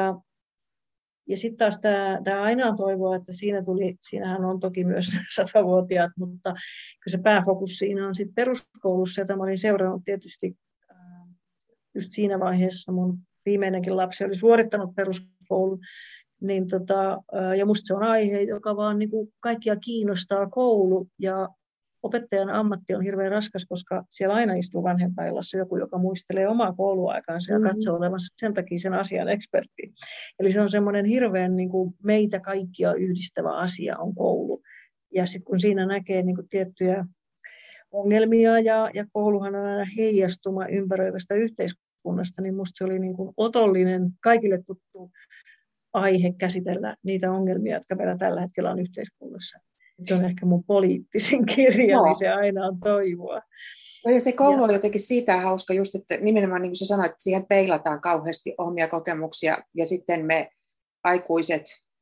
Speaker 2: taas tämä Aina on toivoa, että siinähän on toki myös 100-vuotiaat, mutta kyllä se pääfokus siinä on sitten peruskoulussa, jota mä olin seurannut tietysti just siinä vaiheessa. Mun viimeinenkin lapsi oli suorittanut peruskoulun, niin ja musta se on aihe, joka vaan niin kuin kaikkia kiinnostaa, koulu, ja opettajan ammatti on hirveän raskas, koska siellä aina istuu vanhempainillassa joku, joka muistelee omaa kouluaikaansa ja katsoo olevansa sen takia sen asian ekspertti. Eli se on semmoinen hirveän niin kuin meitä kaikkia yhdistävä asia on koulu. Ja sitten kun siinä näkee niin kuin tiettyjä ongelmia ja kouluhan on aina heijastuma ympäröivästä yhteiskunnasta, niin musta se oli niin kuin otollinen, kaikille tuttu aihe käsitellä niitä ongelmia, jotka meillä tällä hetkellä on yhteiskunnassa. Se on ehkä mun poliittisen kirja, niin se Aina on toivoa.
Speaker 1: Ja se koulu on jotenkin siitä hauska, just, että nimenomaan niin kuin sä sanoit, että siihen peilataan kauheasti omia kokemuksia, ja sitten me aikuiset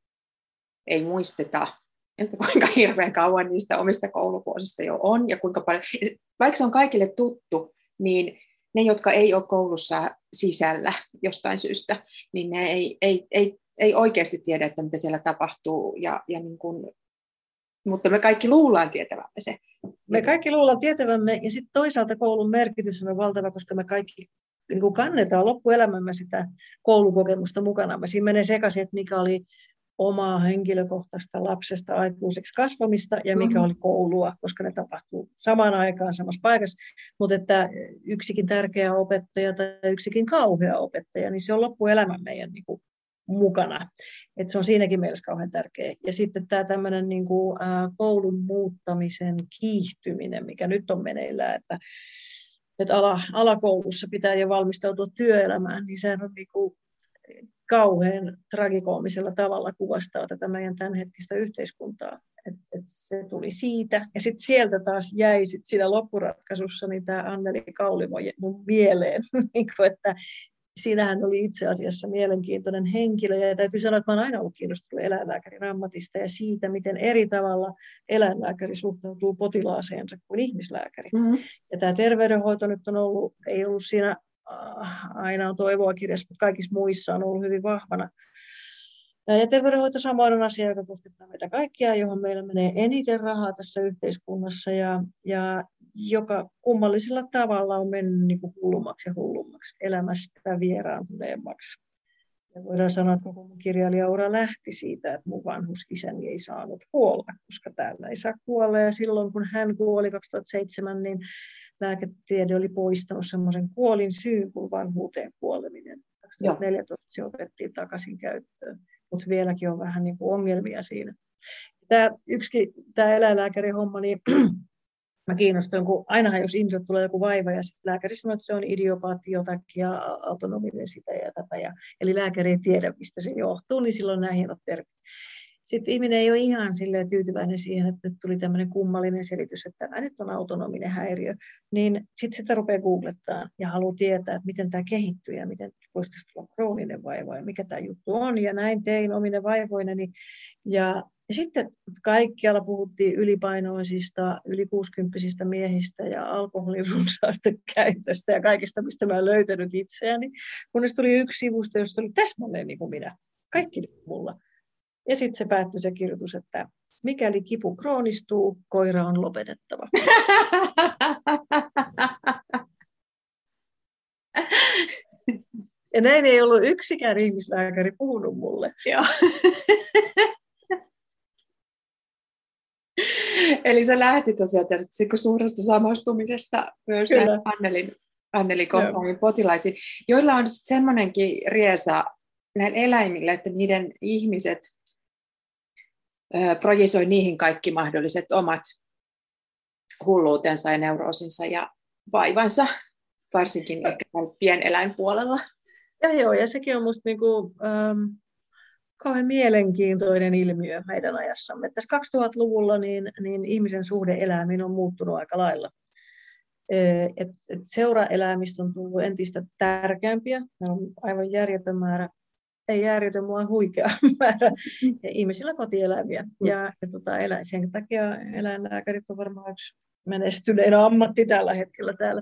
Speaker 1: ei muisteta, että kuinka hirveän kauan niistä omista kouluvuosista jo on, ja kuinka paljon, vaikka se on kaikille tuttu, niin ne, jotka ei ole koulussa sisällä jostain syystä, niin ne ei oikeasti tiedä, että mitä siellä tapahtuu, ja niin kuin, mutta me kaikki luullaan tietävämme se.
Speaker 2: Me kaikki luullaan tietävämme, ja sitten toisaalta koulun merkitys on valtava, koska me kaikki niin kuin kannetaan loppuelämämme sitä koulukokemusta mukana. Siinä menee sekaisin, että mikä oli omaa henkilökohtaista lapsesta aikuiseksi kasvamista ja mikä oli koulua, koska ne tapahtuu samaan aikaan samassa paikassa. Mutta että yksikin tärkeä opettaja tai yksikin kauhea opettaja, niin se on loppuelämän meidän niin kuin mukana. Et se on siinäkin mielessä kauhean tärkeä. Ja sitten tämä tämmöinen niin kuin koulun muuttamisen kiihtyminen, mikä nyt on meneillään, että alakoulussa pitää jo valmistautua työelämään, niin se on niin kuin kauhean tragikoomisella tavalla kuvastaa tätä meidän tämänhetkistä yhteiskuntaa. Et se tuli siitä. Ja sitten sieltä taas jäi siinä loppuratkaisussa niin tämä Anneli Kaulimo mun mieleen, että siinähän oli itse asiassa mielenkiintoinen henkilö, ja täytyy sanoa, että mä olen aina ollut kiinnostunut eläinlääkärin ammatista ja siitä, miten eri tavalla eläinlääkäri suhtautuu potilaaseensa kuin ihmislääkäri. Mm-hmm. Ja tämä terveydenhoito nyt ei ollut siinä Aina on toivoa kirjassa, mutta kaikissa muissa on ollut hyvin vahvana. Ja terveydenhoito samoin on asia, joka koskettaa meitä kaikkia, johon meillä menee eniten rahaa tässä yhteiskunnassa, ja joka kummallisella tavalla on mennyt niin kuin hullummaksi ja hullummaksi, elämästä vieraantuneemmaksi. Ja voidaan sanoa, että koko mun kirjailijaura lähti siitä, että mun vanhusisäni ei saanut kuolla, koska täällä ei saa kuolla. Ja silloin, kun hän kuoli 2007, niin lääketiede oli poistanut semmoisen kuolin syyn kuin vanhuuteen kuoleminen. 2014 se otettiin takaisin käyttöön, mutta vieläkin on vähän niin kuin ongelmia siinä. Tämä eläinlääkärin homma, niin mä kiinnostuin, kun ainahan jos ihmiselle tulee joku vaiva ja sitten lääkäri sanoo, että se on idiopaatti jotakin ja autonominen sitä ja tätä. Eli lääkäri ei tiedä, mistä se johtuu, niin silloin nämä hienot termit. Sitten ihminen ei ole ihan tyytyväinen siihen, että nyt tuli tämmöinen kummallinen selitys, että tämä nyt on autonominen häiriö. Niin sitten sitä rupeaa googlettaan ja haluaa tietää, että miten tämä kehittyy ja miten voisi tästä tulla krooninen vaiva ja mikä tämä juttu on. Ja näin tein omine vaivoineni. Ja sitten kaikkialla puhuttiin ylipainoisista, yli 60-vuotiaista miehistä ja alkoholin runsaasta käytöstä ja kaikesta, mistä mä en löytänyt itseäni. Kunnes tuli yksi sivusto, jossa oli täsmälleen niin kuin minä. Kaikki mulla. Ja sitten se päättyi se kirjoitus, että mikäli kipu kroonistuu, koira on lopetettava. Ja näin ei ollut yksikään ihmislääkäri puhunut mulle.
Speaker 1: Joo. Eli sä lähtit tosiaan suuresta samastumisesta myös Annelin kohtaamiin potilaisiin, joilla on semmoinenkin riesa näillä eläimillä, että niiden ihmiset projisoi niihin kaikki mahdolliset omat hulluutensa ja neuroosinsa ja vaivansa, varsinkin ehkä pieneläinpuolella.
Speaker 2: Ja sekin on musta niinku, kauhean mielenkiintoinen ilmiö meidän ajassamme. Tässä 2000-luvulla niin ihmisen suhde eläimiin on muuttunut aika lailla. Seuraeläimistä on tullut entistä tärkeämpiä. Meillä on aivan järjetön määrä, ei järjetön, vaan huikea määrä ihmisillä kotieläimiä. Ja sen takia eläinlääkärit on varmaan yksi menestynein ammatti tällä hetkellä täällä.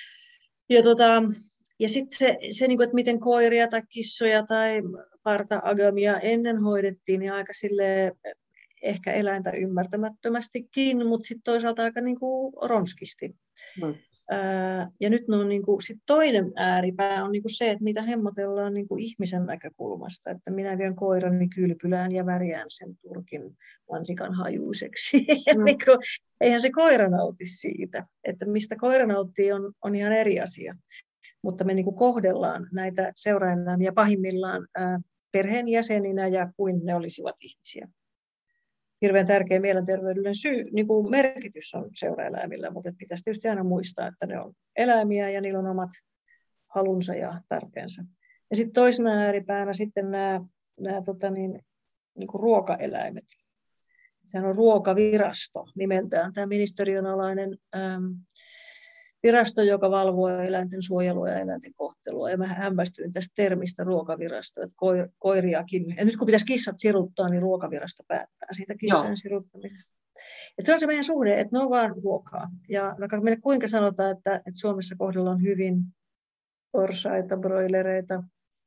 Speaker 2: Ja sitten se että miten koiria tai kissoja tai parta-agamia ennen hoidettiin, niin aika silleen ehkä eläintä ymmärtämättömästikin, mutta sitten toisaalta aika niinku ronskisti. Ja nyt on niinku, sit toinen ääripää on niinku se, että niitä hemmotellaan niinku ihmisen näkökulmasta, että minä vien koirani kylpylään ja värjään sen turkin mansikan hajuiseksi. Niinku, eihän se koira nauti siitä, että mistä koira nauttii on ihan eri asia. Mutta me niinku kohdellaan näitä seuraeläimiä pahimmillaan perheenjäseninä ja kuin ne olisivat ihmisiä. Hirveän tärkeä mielenterveydellinen niin merkitys on seuraeläimillä, mutta pitäisi tietysti aina muistaa, että ne on eläimiä ja niillä on omat halunsa ja tarpeensa. Ja sitten toisena ääripäänä sitten nämä niin kuin ruokaeläimet. Sehän on ruokavirasto nimeltään, tämä ministeriön alainen virasto, joka valvoo eläinten suojelua ja eläinten kohtelua. Ja mä hämmästyin tästä termistä ruokavirasto, että koiriakin. Ja nyt kun pitäisi kissat siruttaa, niin ruokavirasto päättää siitä kissojen siruttamisesta. Et se on se meidän suhde, että ne on vaan ruokaa. Ja vaikka meille kuinka sanotaan, että Suomessa kohdellaan hyvin porsaita, broilereita,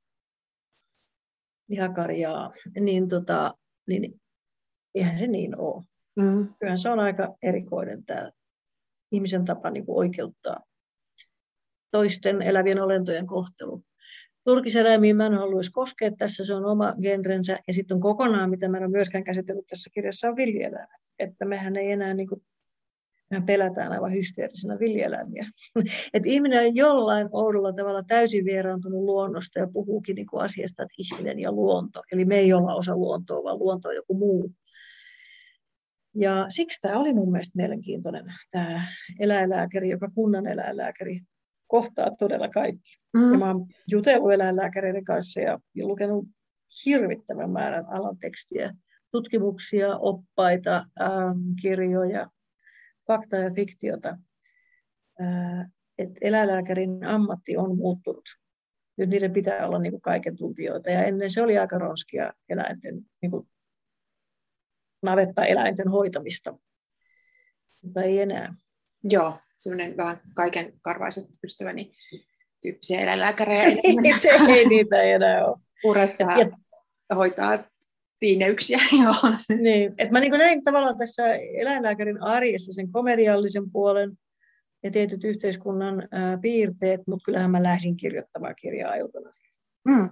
Speaker 2: lihakarjaa, niin eihän se niin ole. Kyllähän se on aika erikoinen tämä ihmisen tapa niin kuin oikeuttaa toisten elävien olentojen kohtelu. Turkiseläimiin mä en haluaisi koskea tässä, se on oma genrensä. Ja sitten on kokonaan, mitä mä en ole myöskään käsitellyt tässä kirjassa, on villieläimet. Että mehän ei enää, mehän pelätään aivan hysteerisenä villieläimiä. Että ihminen on jollain oudolla tavalla täysin vieraantunut luonnosta ja puhuukin niin kuin asiasta, että ihminen ja luonto. Eli me ei olla osa luontoa, vaan luonto on joku muu. Ja siksi tämä oli mun mielestä mielenkiintoinen, tämä eläinlääkäri, joka kunnan eläinlääkäri kohtaa todella kaikki. Ja mä oon jutellut eläinlääkäreiden kanssa ja lukenut hirvittävän määrän alan tekstiä, tutkimuksia, oppaita, kirjoja, faktaa ja fiktiota. Että eläinlääkärin ammatti on muuttunut. Nyt niiden pitää olla niin kuin kaiken tuntijoita. Ja ennen se oli aika ronskia eläinten niin kuin navetta-eläinten hoitamista, mutta ei enää.
Speaker 1: Joo, semmoinen vähän kaiken karvaiset ystäväni tyyppisiä eläinlääkärejä.
Speaker 2: Se ei niitä enää ole.
Speaker 1: Urassa hoitaa tiineyksiä.
Speaker 2: Niin, että mä niin näin tavallaan tässä eläinlääkärin arjessa sen komediallisen puolen ja tietyt yhteiskunnan piirteet, mutta kyllähän mä lähdin kirjoittamaan kirjaa eutanasiasta.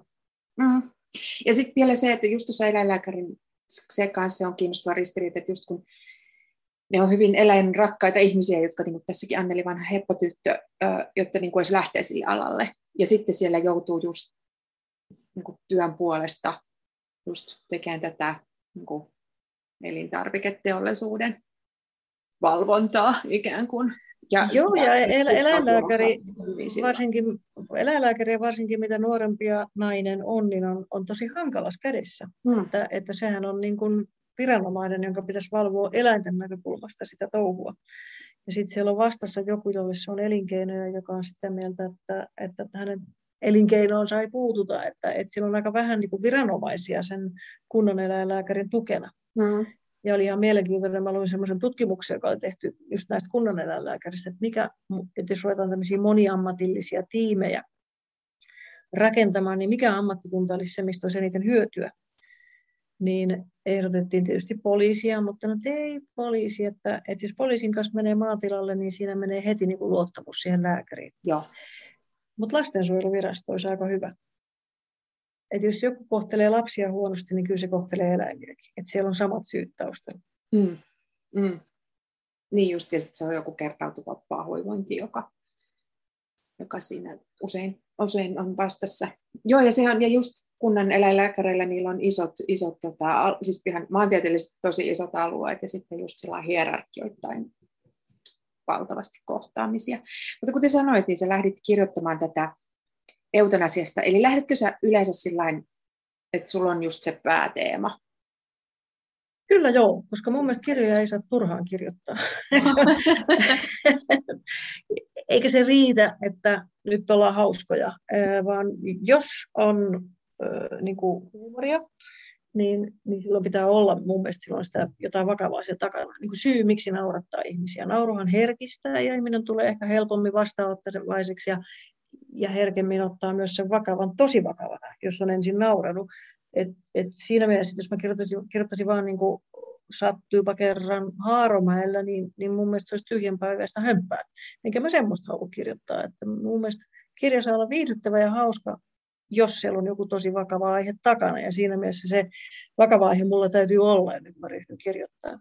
Speaker 1: Ja sitten vielä se, että just tuossa eläinlääkärin se kanssa on kiinnostava ristiriita, että just kun ne on hyvin eläinrakkaita ihmisiä, jotka niin kuin tässäkin Anneli vanha heppotyttö, jotta niin kuin edes lähtee sille alalle. Ja sitten siellä joutuu just niin kuin työn puolesta just tekemään tätä niin kuin elintarviketeollisuuden valvontaa ikään kuin.
Speaker 2: Joo, ja eläinlääkäri varsinkin mitä nuorempia nainen on, niin on tosi hankalassa kädessä. Että sehän on niin kuin viranomainen, jonka pitäisi valvoa eläinten näkökulmasta sitä touhua. Ja sitten siellä on vastassa joku, jolle se on elinkeino, joka on sitä mieltä, että hänen elinkeinoonsa ei puututa, että siellä on aika vähän niin kuin viranomaisia sen kunnaneläinlääkärin tukena. Ja oli ihan mielenkiintoinen, mä luin semmoisen tutkimuksen, joka oli tehty just näistä kunnaneläinlääkäristä, että jos ruvetaan tämmöisiä moniammatillisia tiimejä rakentamaan, niin mikä ammattikunta olisi se, mistä olisi eniten hyötyä. Niin ehdotettiin tietysti poliisia, mutta ei poliisi, että jos poliisin kanssa menee maatilalle, niin siinä menee heti niin kuin luottamus siihen lääkäriin. Mutta lastensuojeluvirasto olisi aika hyvä. Että jos joku kohtelee lapsia huonosti, niin kyllä se kohtelee eläimiäkin. Että siellä on samat syyt taustalla.
Speaker 1: Niin just, ja se on joku kertautuva pahoinvointi, joka siinä usein on vastassa. Joo, ja sehän, ja just kunnan eläinlääkäreillä niillä on isot siis ihan maantieteellisesti tosi isot alueet, ja sitten just sillä hierarkioittain valtavasti kohtaamisia. Mutta kuten sanoit, niin sä lähdit kirjoittamaan tätä eutanasiasta. Eli lähdetkö sä yleensä sillain, että sulla on just se pääteema?
Speaker 2: Kyllä joo, koska mun mielestä kirjoja ei saa turhaan kirjoittaa. Eikä se riitä, että nyt ollaan hauskoja, vaan jos on niin kuin huumoria, niin silloin pitää olla mun mielestä silloin sitä jotain vakavaa siellä takana. Niin kuin syy, miksi naurattaa ihmisiä. Nauruhan herkistää ja ihminen tulee ehkä helpommin vastaanottavaiseksi ja herkemmin ottaa myös sen vakavan tosi vakavana, jos on ensin nauranut. Et siinä mielessä, jos mä kirjoittaisin vaan niin kuin sattuipa kerran Haaromäellä, niin mun mielestä se olisi tyhjänpäiväistä hömppää. Enkä mä semmoista halua kirjoittaa. Että mun mielestä kirja saa olla viihdyttävä ja hauska, jos siellä on joku tosi vakava aihe takana. Ja siinä mielessä se vakava aihe mulla täytyy olla, ennen kuin mä ryhdyn kirjoittaa.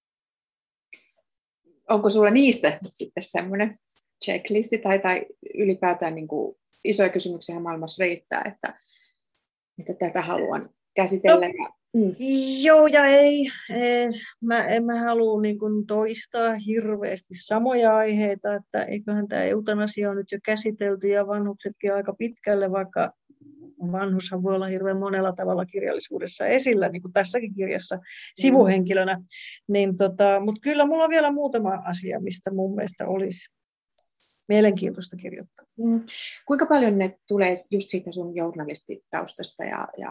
Speaker 1: Onko sulla niistä sitten semmoinen checklisti tai ylipäätään niin kuin isoja kysymyksiä maailmassa riittää, että tätä haluan käsitellä?
Speaker 2: Joo ja ei. Mä halua niin kuin toistaa hirveästi samoja aiheita, että eiköhän tämä eutanasia on nyt jo käsitelty ja vanhuksetkin aika pitkälle, vaikka vanhushan voi olla hirveän monella tavalla kirjallisuudessa esillä, niin kuin tässäkin kirjassa sivuhenkilönä. Mutta kyllä mulla on vielä muutama asia, mistä mun mielestä olisi mielenkiintoista kirjoittaa.
Speaker 1: Kuinka paljon ne tulee just siitä sun journalistitaustasta ja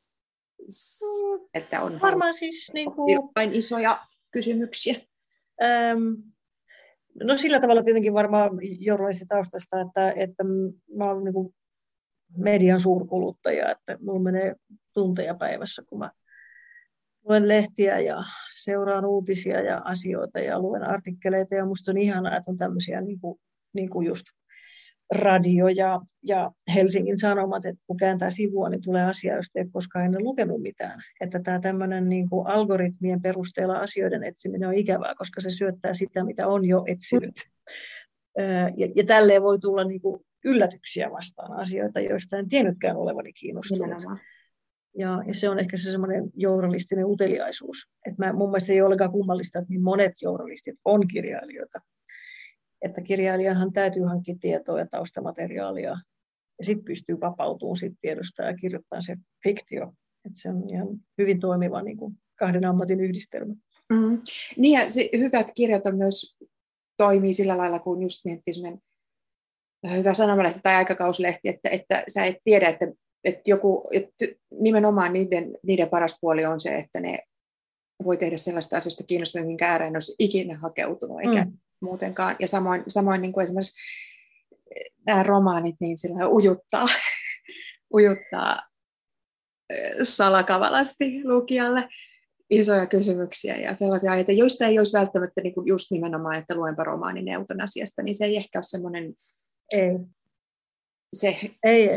Speaker 1: että on
Speaker 2: varmaan siis
Speaker 1: jotain isoja kysymyksiä?
Speaker 2: No sillä tavalla tietenkin varmaan journalistitaustasta, että mä olen niin median suurkuluttaja, että mulla menee tunteja päivässä, kun mä luen lehtiä ja seuraan uutisia ja asioita ja luen artikkeleita ja musta on ihanaa, että on tämmöisiä niin kuin just radio ja Helsingin Sanomat, että kun kääntää sivua, niin tulee asia, josta ei koskaan ennen lukenut mitään. Että tämä tämmöinen niin kuin algoritmien perusteella asioiden etsiminen on ikävää, koska se syöttää sitä, mitä on jo etsinyt. Ja tälleen voi tulla niin kuin yllätyksiä vastaan asioita, joista en tiennytkään olevani kiinnostunut. Ja se on ehkä se semmoinen journalistinen uteliaisuus. Että mun mielestä ei ole ollenkaan kummallista, että niin monet journalistit on kirjailijoita. Että kirjailijanhan täytyy hankkia tietoa ja taustamateriaalia ja sitten pystyy vapautumaan siitä tiedosta ja kirjoittamaan se fiktio. Että se on ihan hyvin toimiva niin kuin kahden ammatin yhdistelmä.
Speaker 1: Niin ja hyvät kirjat on myös toimii sillä lailla, kun just miettii semmoinen hyvä sanomalehti tai aikakauslehti, että sä et tiedä, että nimenomaan niiden paras puoli on se, että ne voi tehdä sellaista asioista kiinnostunut, minkä ääreen olisi ikinä hakeutunut, eikä muutenkaan. Ja samoin niin kuin esimerkiksi nämä romaanit, niin sillä ujuttaa salakavalasti lukijalle isoja kysymyksiä ja sellaisia aiheita, joista ei olisi välttämättä niin kuin just nimenomaan, että luenpa romaanin eutanasiasta, niin se ei ehkä ole semmoinen...
Speaker 2: Ei. Ei.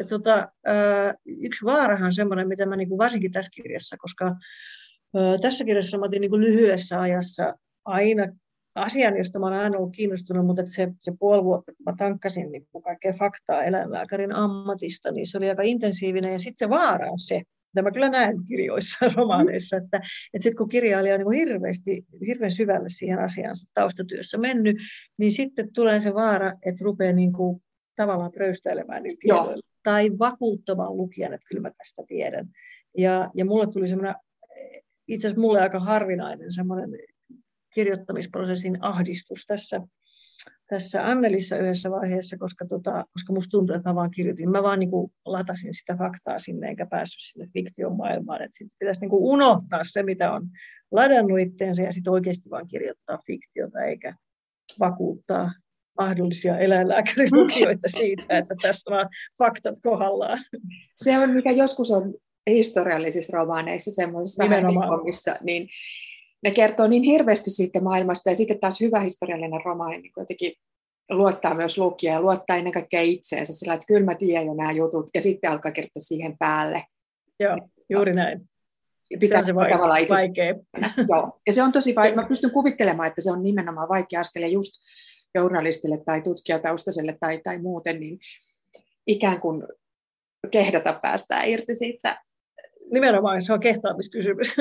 Speaker 2: Yksi vaarahan on semmoinen, mitä mä niin kuin varsinkin tässä kirjassa, koska tässä kirjassa mä otin niin kuin lyhyessä ajassa aina asian, josta mä olen aina ollut kiinnostunut, mutta se puoli vuotta, kun mä tankkasin niin kaikkea faktaa eläinlääkärin ammatista, niin se oli aika intensiivinen. Ja sitten se vaara on se, mitä mä kyllä näen kirjoissa, romaaneissa, että sitten kun kirjailija on niin hirveän syvälle siihen asiaan taustatyössä mennyt, niin sitten tulee se vaara, että rupeaa niin kuin tavallaan pröystäilemään niillä tiedoilla. Tai vakuuttamaan lukijan, että kyllä mä tästä tiedän. Ja mulle tuli semmoinen, itse asiassa mulle aika harvinainen semmoinen kirjoittamisprosessin ahdistus tässä Annelissa yhdessä vaiheessa, koska musta tuntui, että mä vaan kirjoitin. Mä vaan niin kuin latasin sitä faktaa sinne, enkä päässyt sinne fiktion maailmaan. Että sitten pitäisi niin kuin unohtaa se, mitä on ladannut itteensä, ja sitten oikeasti vaan kirjoittaa fiktiota, eikä vakuuttaa mahdollisia eläinlääkärilukijoita siitä, että tässä on faktat kohdallaan.
Speaker 1: Se on, mikä joskus on historiallisissa romaaneissa, semmoisissa vähän heikommissa, niin ne kertoo niin hirveästi siitä maailmasta, ja sitten taas hyvä historiallinen romaani niin jotenkin luottaa myös lukijaa ja luottaa ennen kaikkea itseensä sillä, että kyllä mä tiedän jo nämä jutut, ja sitten alkaa kirjoittaa siihen päälle.
Speaker 2: Joo, juuri näin.
Speaker 1: Pitää
Speaker 2: se on se vaikea.
Speaker 1: Joo, ja se on tosi vaikea. Mä pystyn kuvittelemaan, että se on nimenomaan vaikea askel, ja just journalistille tai tutkijataustaiselle tai muuten, niin ikään kuin kehdata päästään irti siitä.
Speaker 2: Nimenomaan, se on kehtaamiskysymys.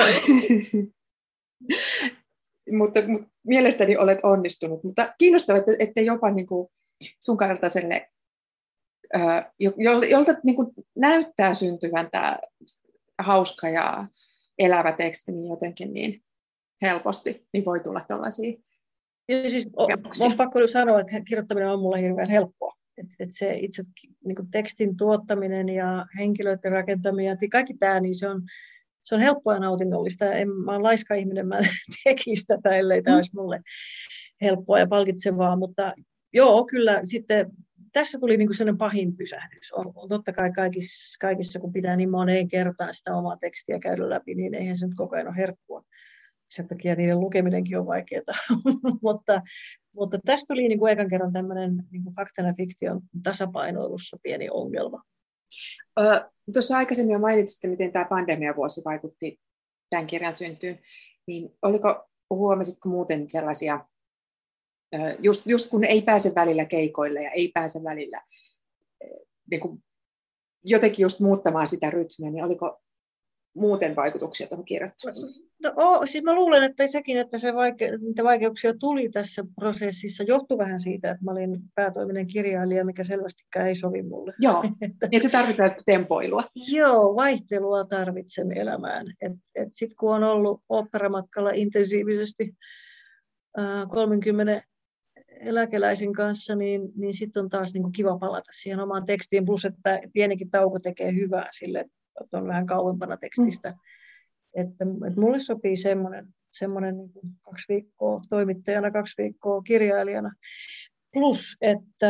Speaker 1: mutta mielestäni olet onnistunut, mutta kiinnostavaa, että jopa niin kuin sun kaltaiselle, jolta niin kuin näyttää syntyvän tämä hauska ja elävä teksti, niin jotenkin niin helposti niin voi tulla tällaisia.
Speaker 2: Ja siis on pakko sanoa, että kirjoittaminen on mulle hirveän helppoa. Et se itse niin kuin tekstin tuottaminen ja henkilöiden rakentaminen ja kaikki tämä, niin se on helppoa ja nautinnollista. Mä oon laiska ihminen, mä tekisi tätä, ellei tämä olisi mulle helppoa ja palkitsevaa. Mutta joo, kyllä sitten tässä tuli niin kuin sellainen pahin pysähdys. On totta kai kaikissa, kun pitää niin moneen kertaan sitä omaa tekstiä käydä läpi, niin eihän se nyt koko ajan ole herkkua. Sen takia niiden lukeminenkin on vaikeaa. mutta tästä tuli niin kuin ekan kerran tämmöinen niin kuin faktan ja fiktion tasapainoilussa pieni ongelma.
Speaker 1: Tuossa aikaisemmin jo mainitsitte, miten tämä pandemiavuosi vaikutti tämän kirjan syntyyn. Niin huomasitko muuten sellaisia, just kun ei pääse välillä keikoille ja ei pääse välillä niin kuin jotenkin just muuttamaan sitä rytmiä, niin oliko muuten vaikutuksia tuohon kirjoittamiseen?
Speaker 2: No, siis mä luulen, että sekin, että niitä vaikeuksia tuli tässä prosessissa, johtui vähän siitä, että mä olin päätoiminen kirjailija, mikä selvästikään ei sovi mulle.
Speaker 1: Joo, että tarvitaan sitä tempoilua.
Speaker 2: Joo, vaihtelua tarvitsen elämään. Sitten kun on ollut oopperamatkalla intensiivisesti 30 eläkeläisen kanssa, niin sitten on taas niin kuin kiva palata siihen omaan tekstiin, plus että pienikin tauko tekee hyvää sille, että on vähän kauempana tekstistä. Että mulle sopii semmoinen niin kuin 2 viikkoa toimittajana, 2 viikkoa kirjailijana. Plus, että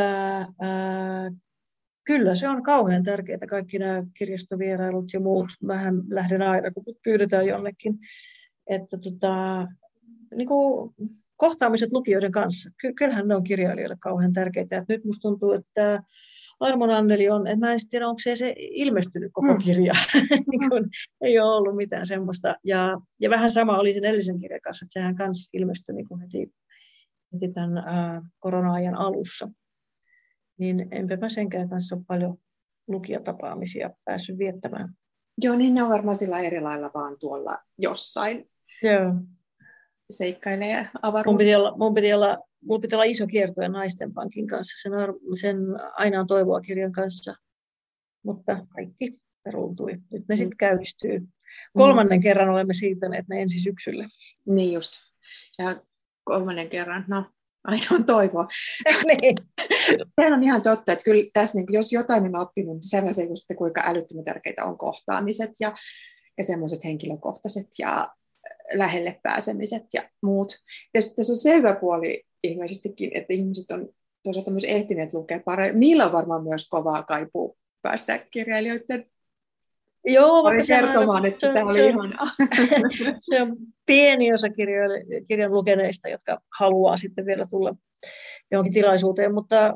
Speaker 2: kyllä se on kauhean tärkeää, kaikki nämä kirjastovierailut ja muut. Mähän lähden aina, kun pyydetään jonnekin. Että niin kuin kohtaamiset lukijoiden kanssa, kyllähän ne on kirjailijoille kauhean tärkeitä. Että nyt musta tuntuu, että Armon Anneli on, että mä en tiedä, onko se ilmestynyt koko kirja. Ei ole ollut mitään semmoista. Ja vähän sama oli sen edellisen kirjan kanssa, että sehän kanssa ilmestyi niin kuin heti tämän korona-ajan alussa. Niin enpä mä senkään kanssa ole paljon lukijatapaamisia päässyt viettämään.
Speaker 1: Joo, niin ne on varmaan sillä eri lailla vaan tuolla jossain.
Speaker 2: Joo.
Speaker 1: Seikkailee ja avaruus.
Speaker 2: Mulla piti olla iso kiertue Naisten Pankin kanssa, sen Aina on toivoa -kirjan kanssa, mutta kaikki peruuntui. Nyt ne sitten käynnistyy. 3. kerran olemme siirtäneet ne ensi syksylle.
Speaker 1: Niin just. Ja 3. kerran, no aina on toivoa.
Speaker 2: Niin.
Speaker 1: Se on ihan totta, että kyllä tässä, niin jos jotain on oppinut, niin sellaisen just, kuinka älyttömän tärkeitä on kohtaamiset ja semmoiset henkilökohtaiset ja lähelle pääsemiset ja muut. Tietysti tässä on se hyvä puoli ilmeisestikin, että ihmiset on toisaalta myös ehtineet lukea paremmin. Niillä on varmaan myös kovaa kaipua päästä kirjailijoiden kertomaan, että tämä oli ihanaa.
Speaker 2: Se on pieni osa kirjan lukeneista, jotka haluaa sitten vielä tulla johonkin tilaisuuteen, mutta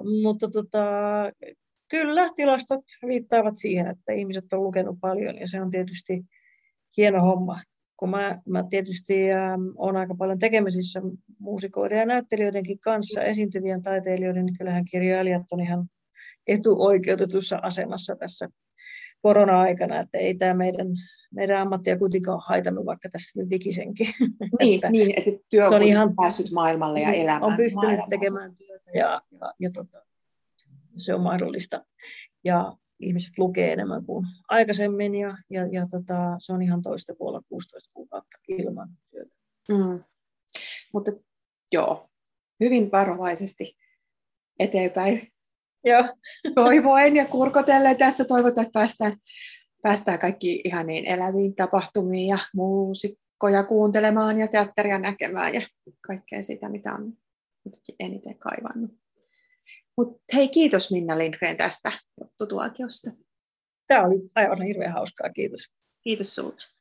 Speaker 2: kyllä tilastot viittaavat siihen, että ihmiset on lukenut paljon ja se on tietysti hieno homma. kun mä tietysti olen aika paljon tekemisissä muusikoiden ja näyttelijöidenkin kanssa, esiintyvien taiteilijoiden, niin kyllähän kirjailijat on ihan etuoikeutetussa asemassa tässä korona-aikana, että ei tämä meidän ammattia kuitenkaan ole haitannut, vaikka tässä nyt vikisenkin.
Speaker 1: Niin, että työ
Speaker 2: on ihan
Speaker 1: päässyt maailmalle ja elämään.
Speaker 2: On pystynyt tekemään työtä ja se on mahdollista. Ja ihmiset lukee enemmän kuin aikaisemmin ja se on ihan toista kuin olla 16 kuukautta ilman työtä.
Speaker 1: Mutta joo, hyvin varovaisesti eteenpäin.
Speaker 2: Joo.
Speaker 1: Toivoen ja kurkotellen tässä toivotaan, että päästään kaikki ihan niin eläviin tapahtumiin ja muusikkoja kuuntelemaan ja teatteria näkemään ja kaikkea sitä, mitä on eniten kaivannut. Mutta hei, kiitos Minna Lindgren tästä juttutuokiosta.
Speaker 2: Tämä oli aivan hirveän hauskaa, kiitos.
Speaker 1: Kiitos sinulle.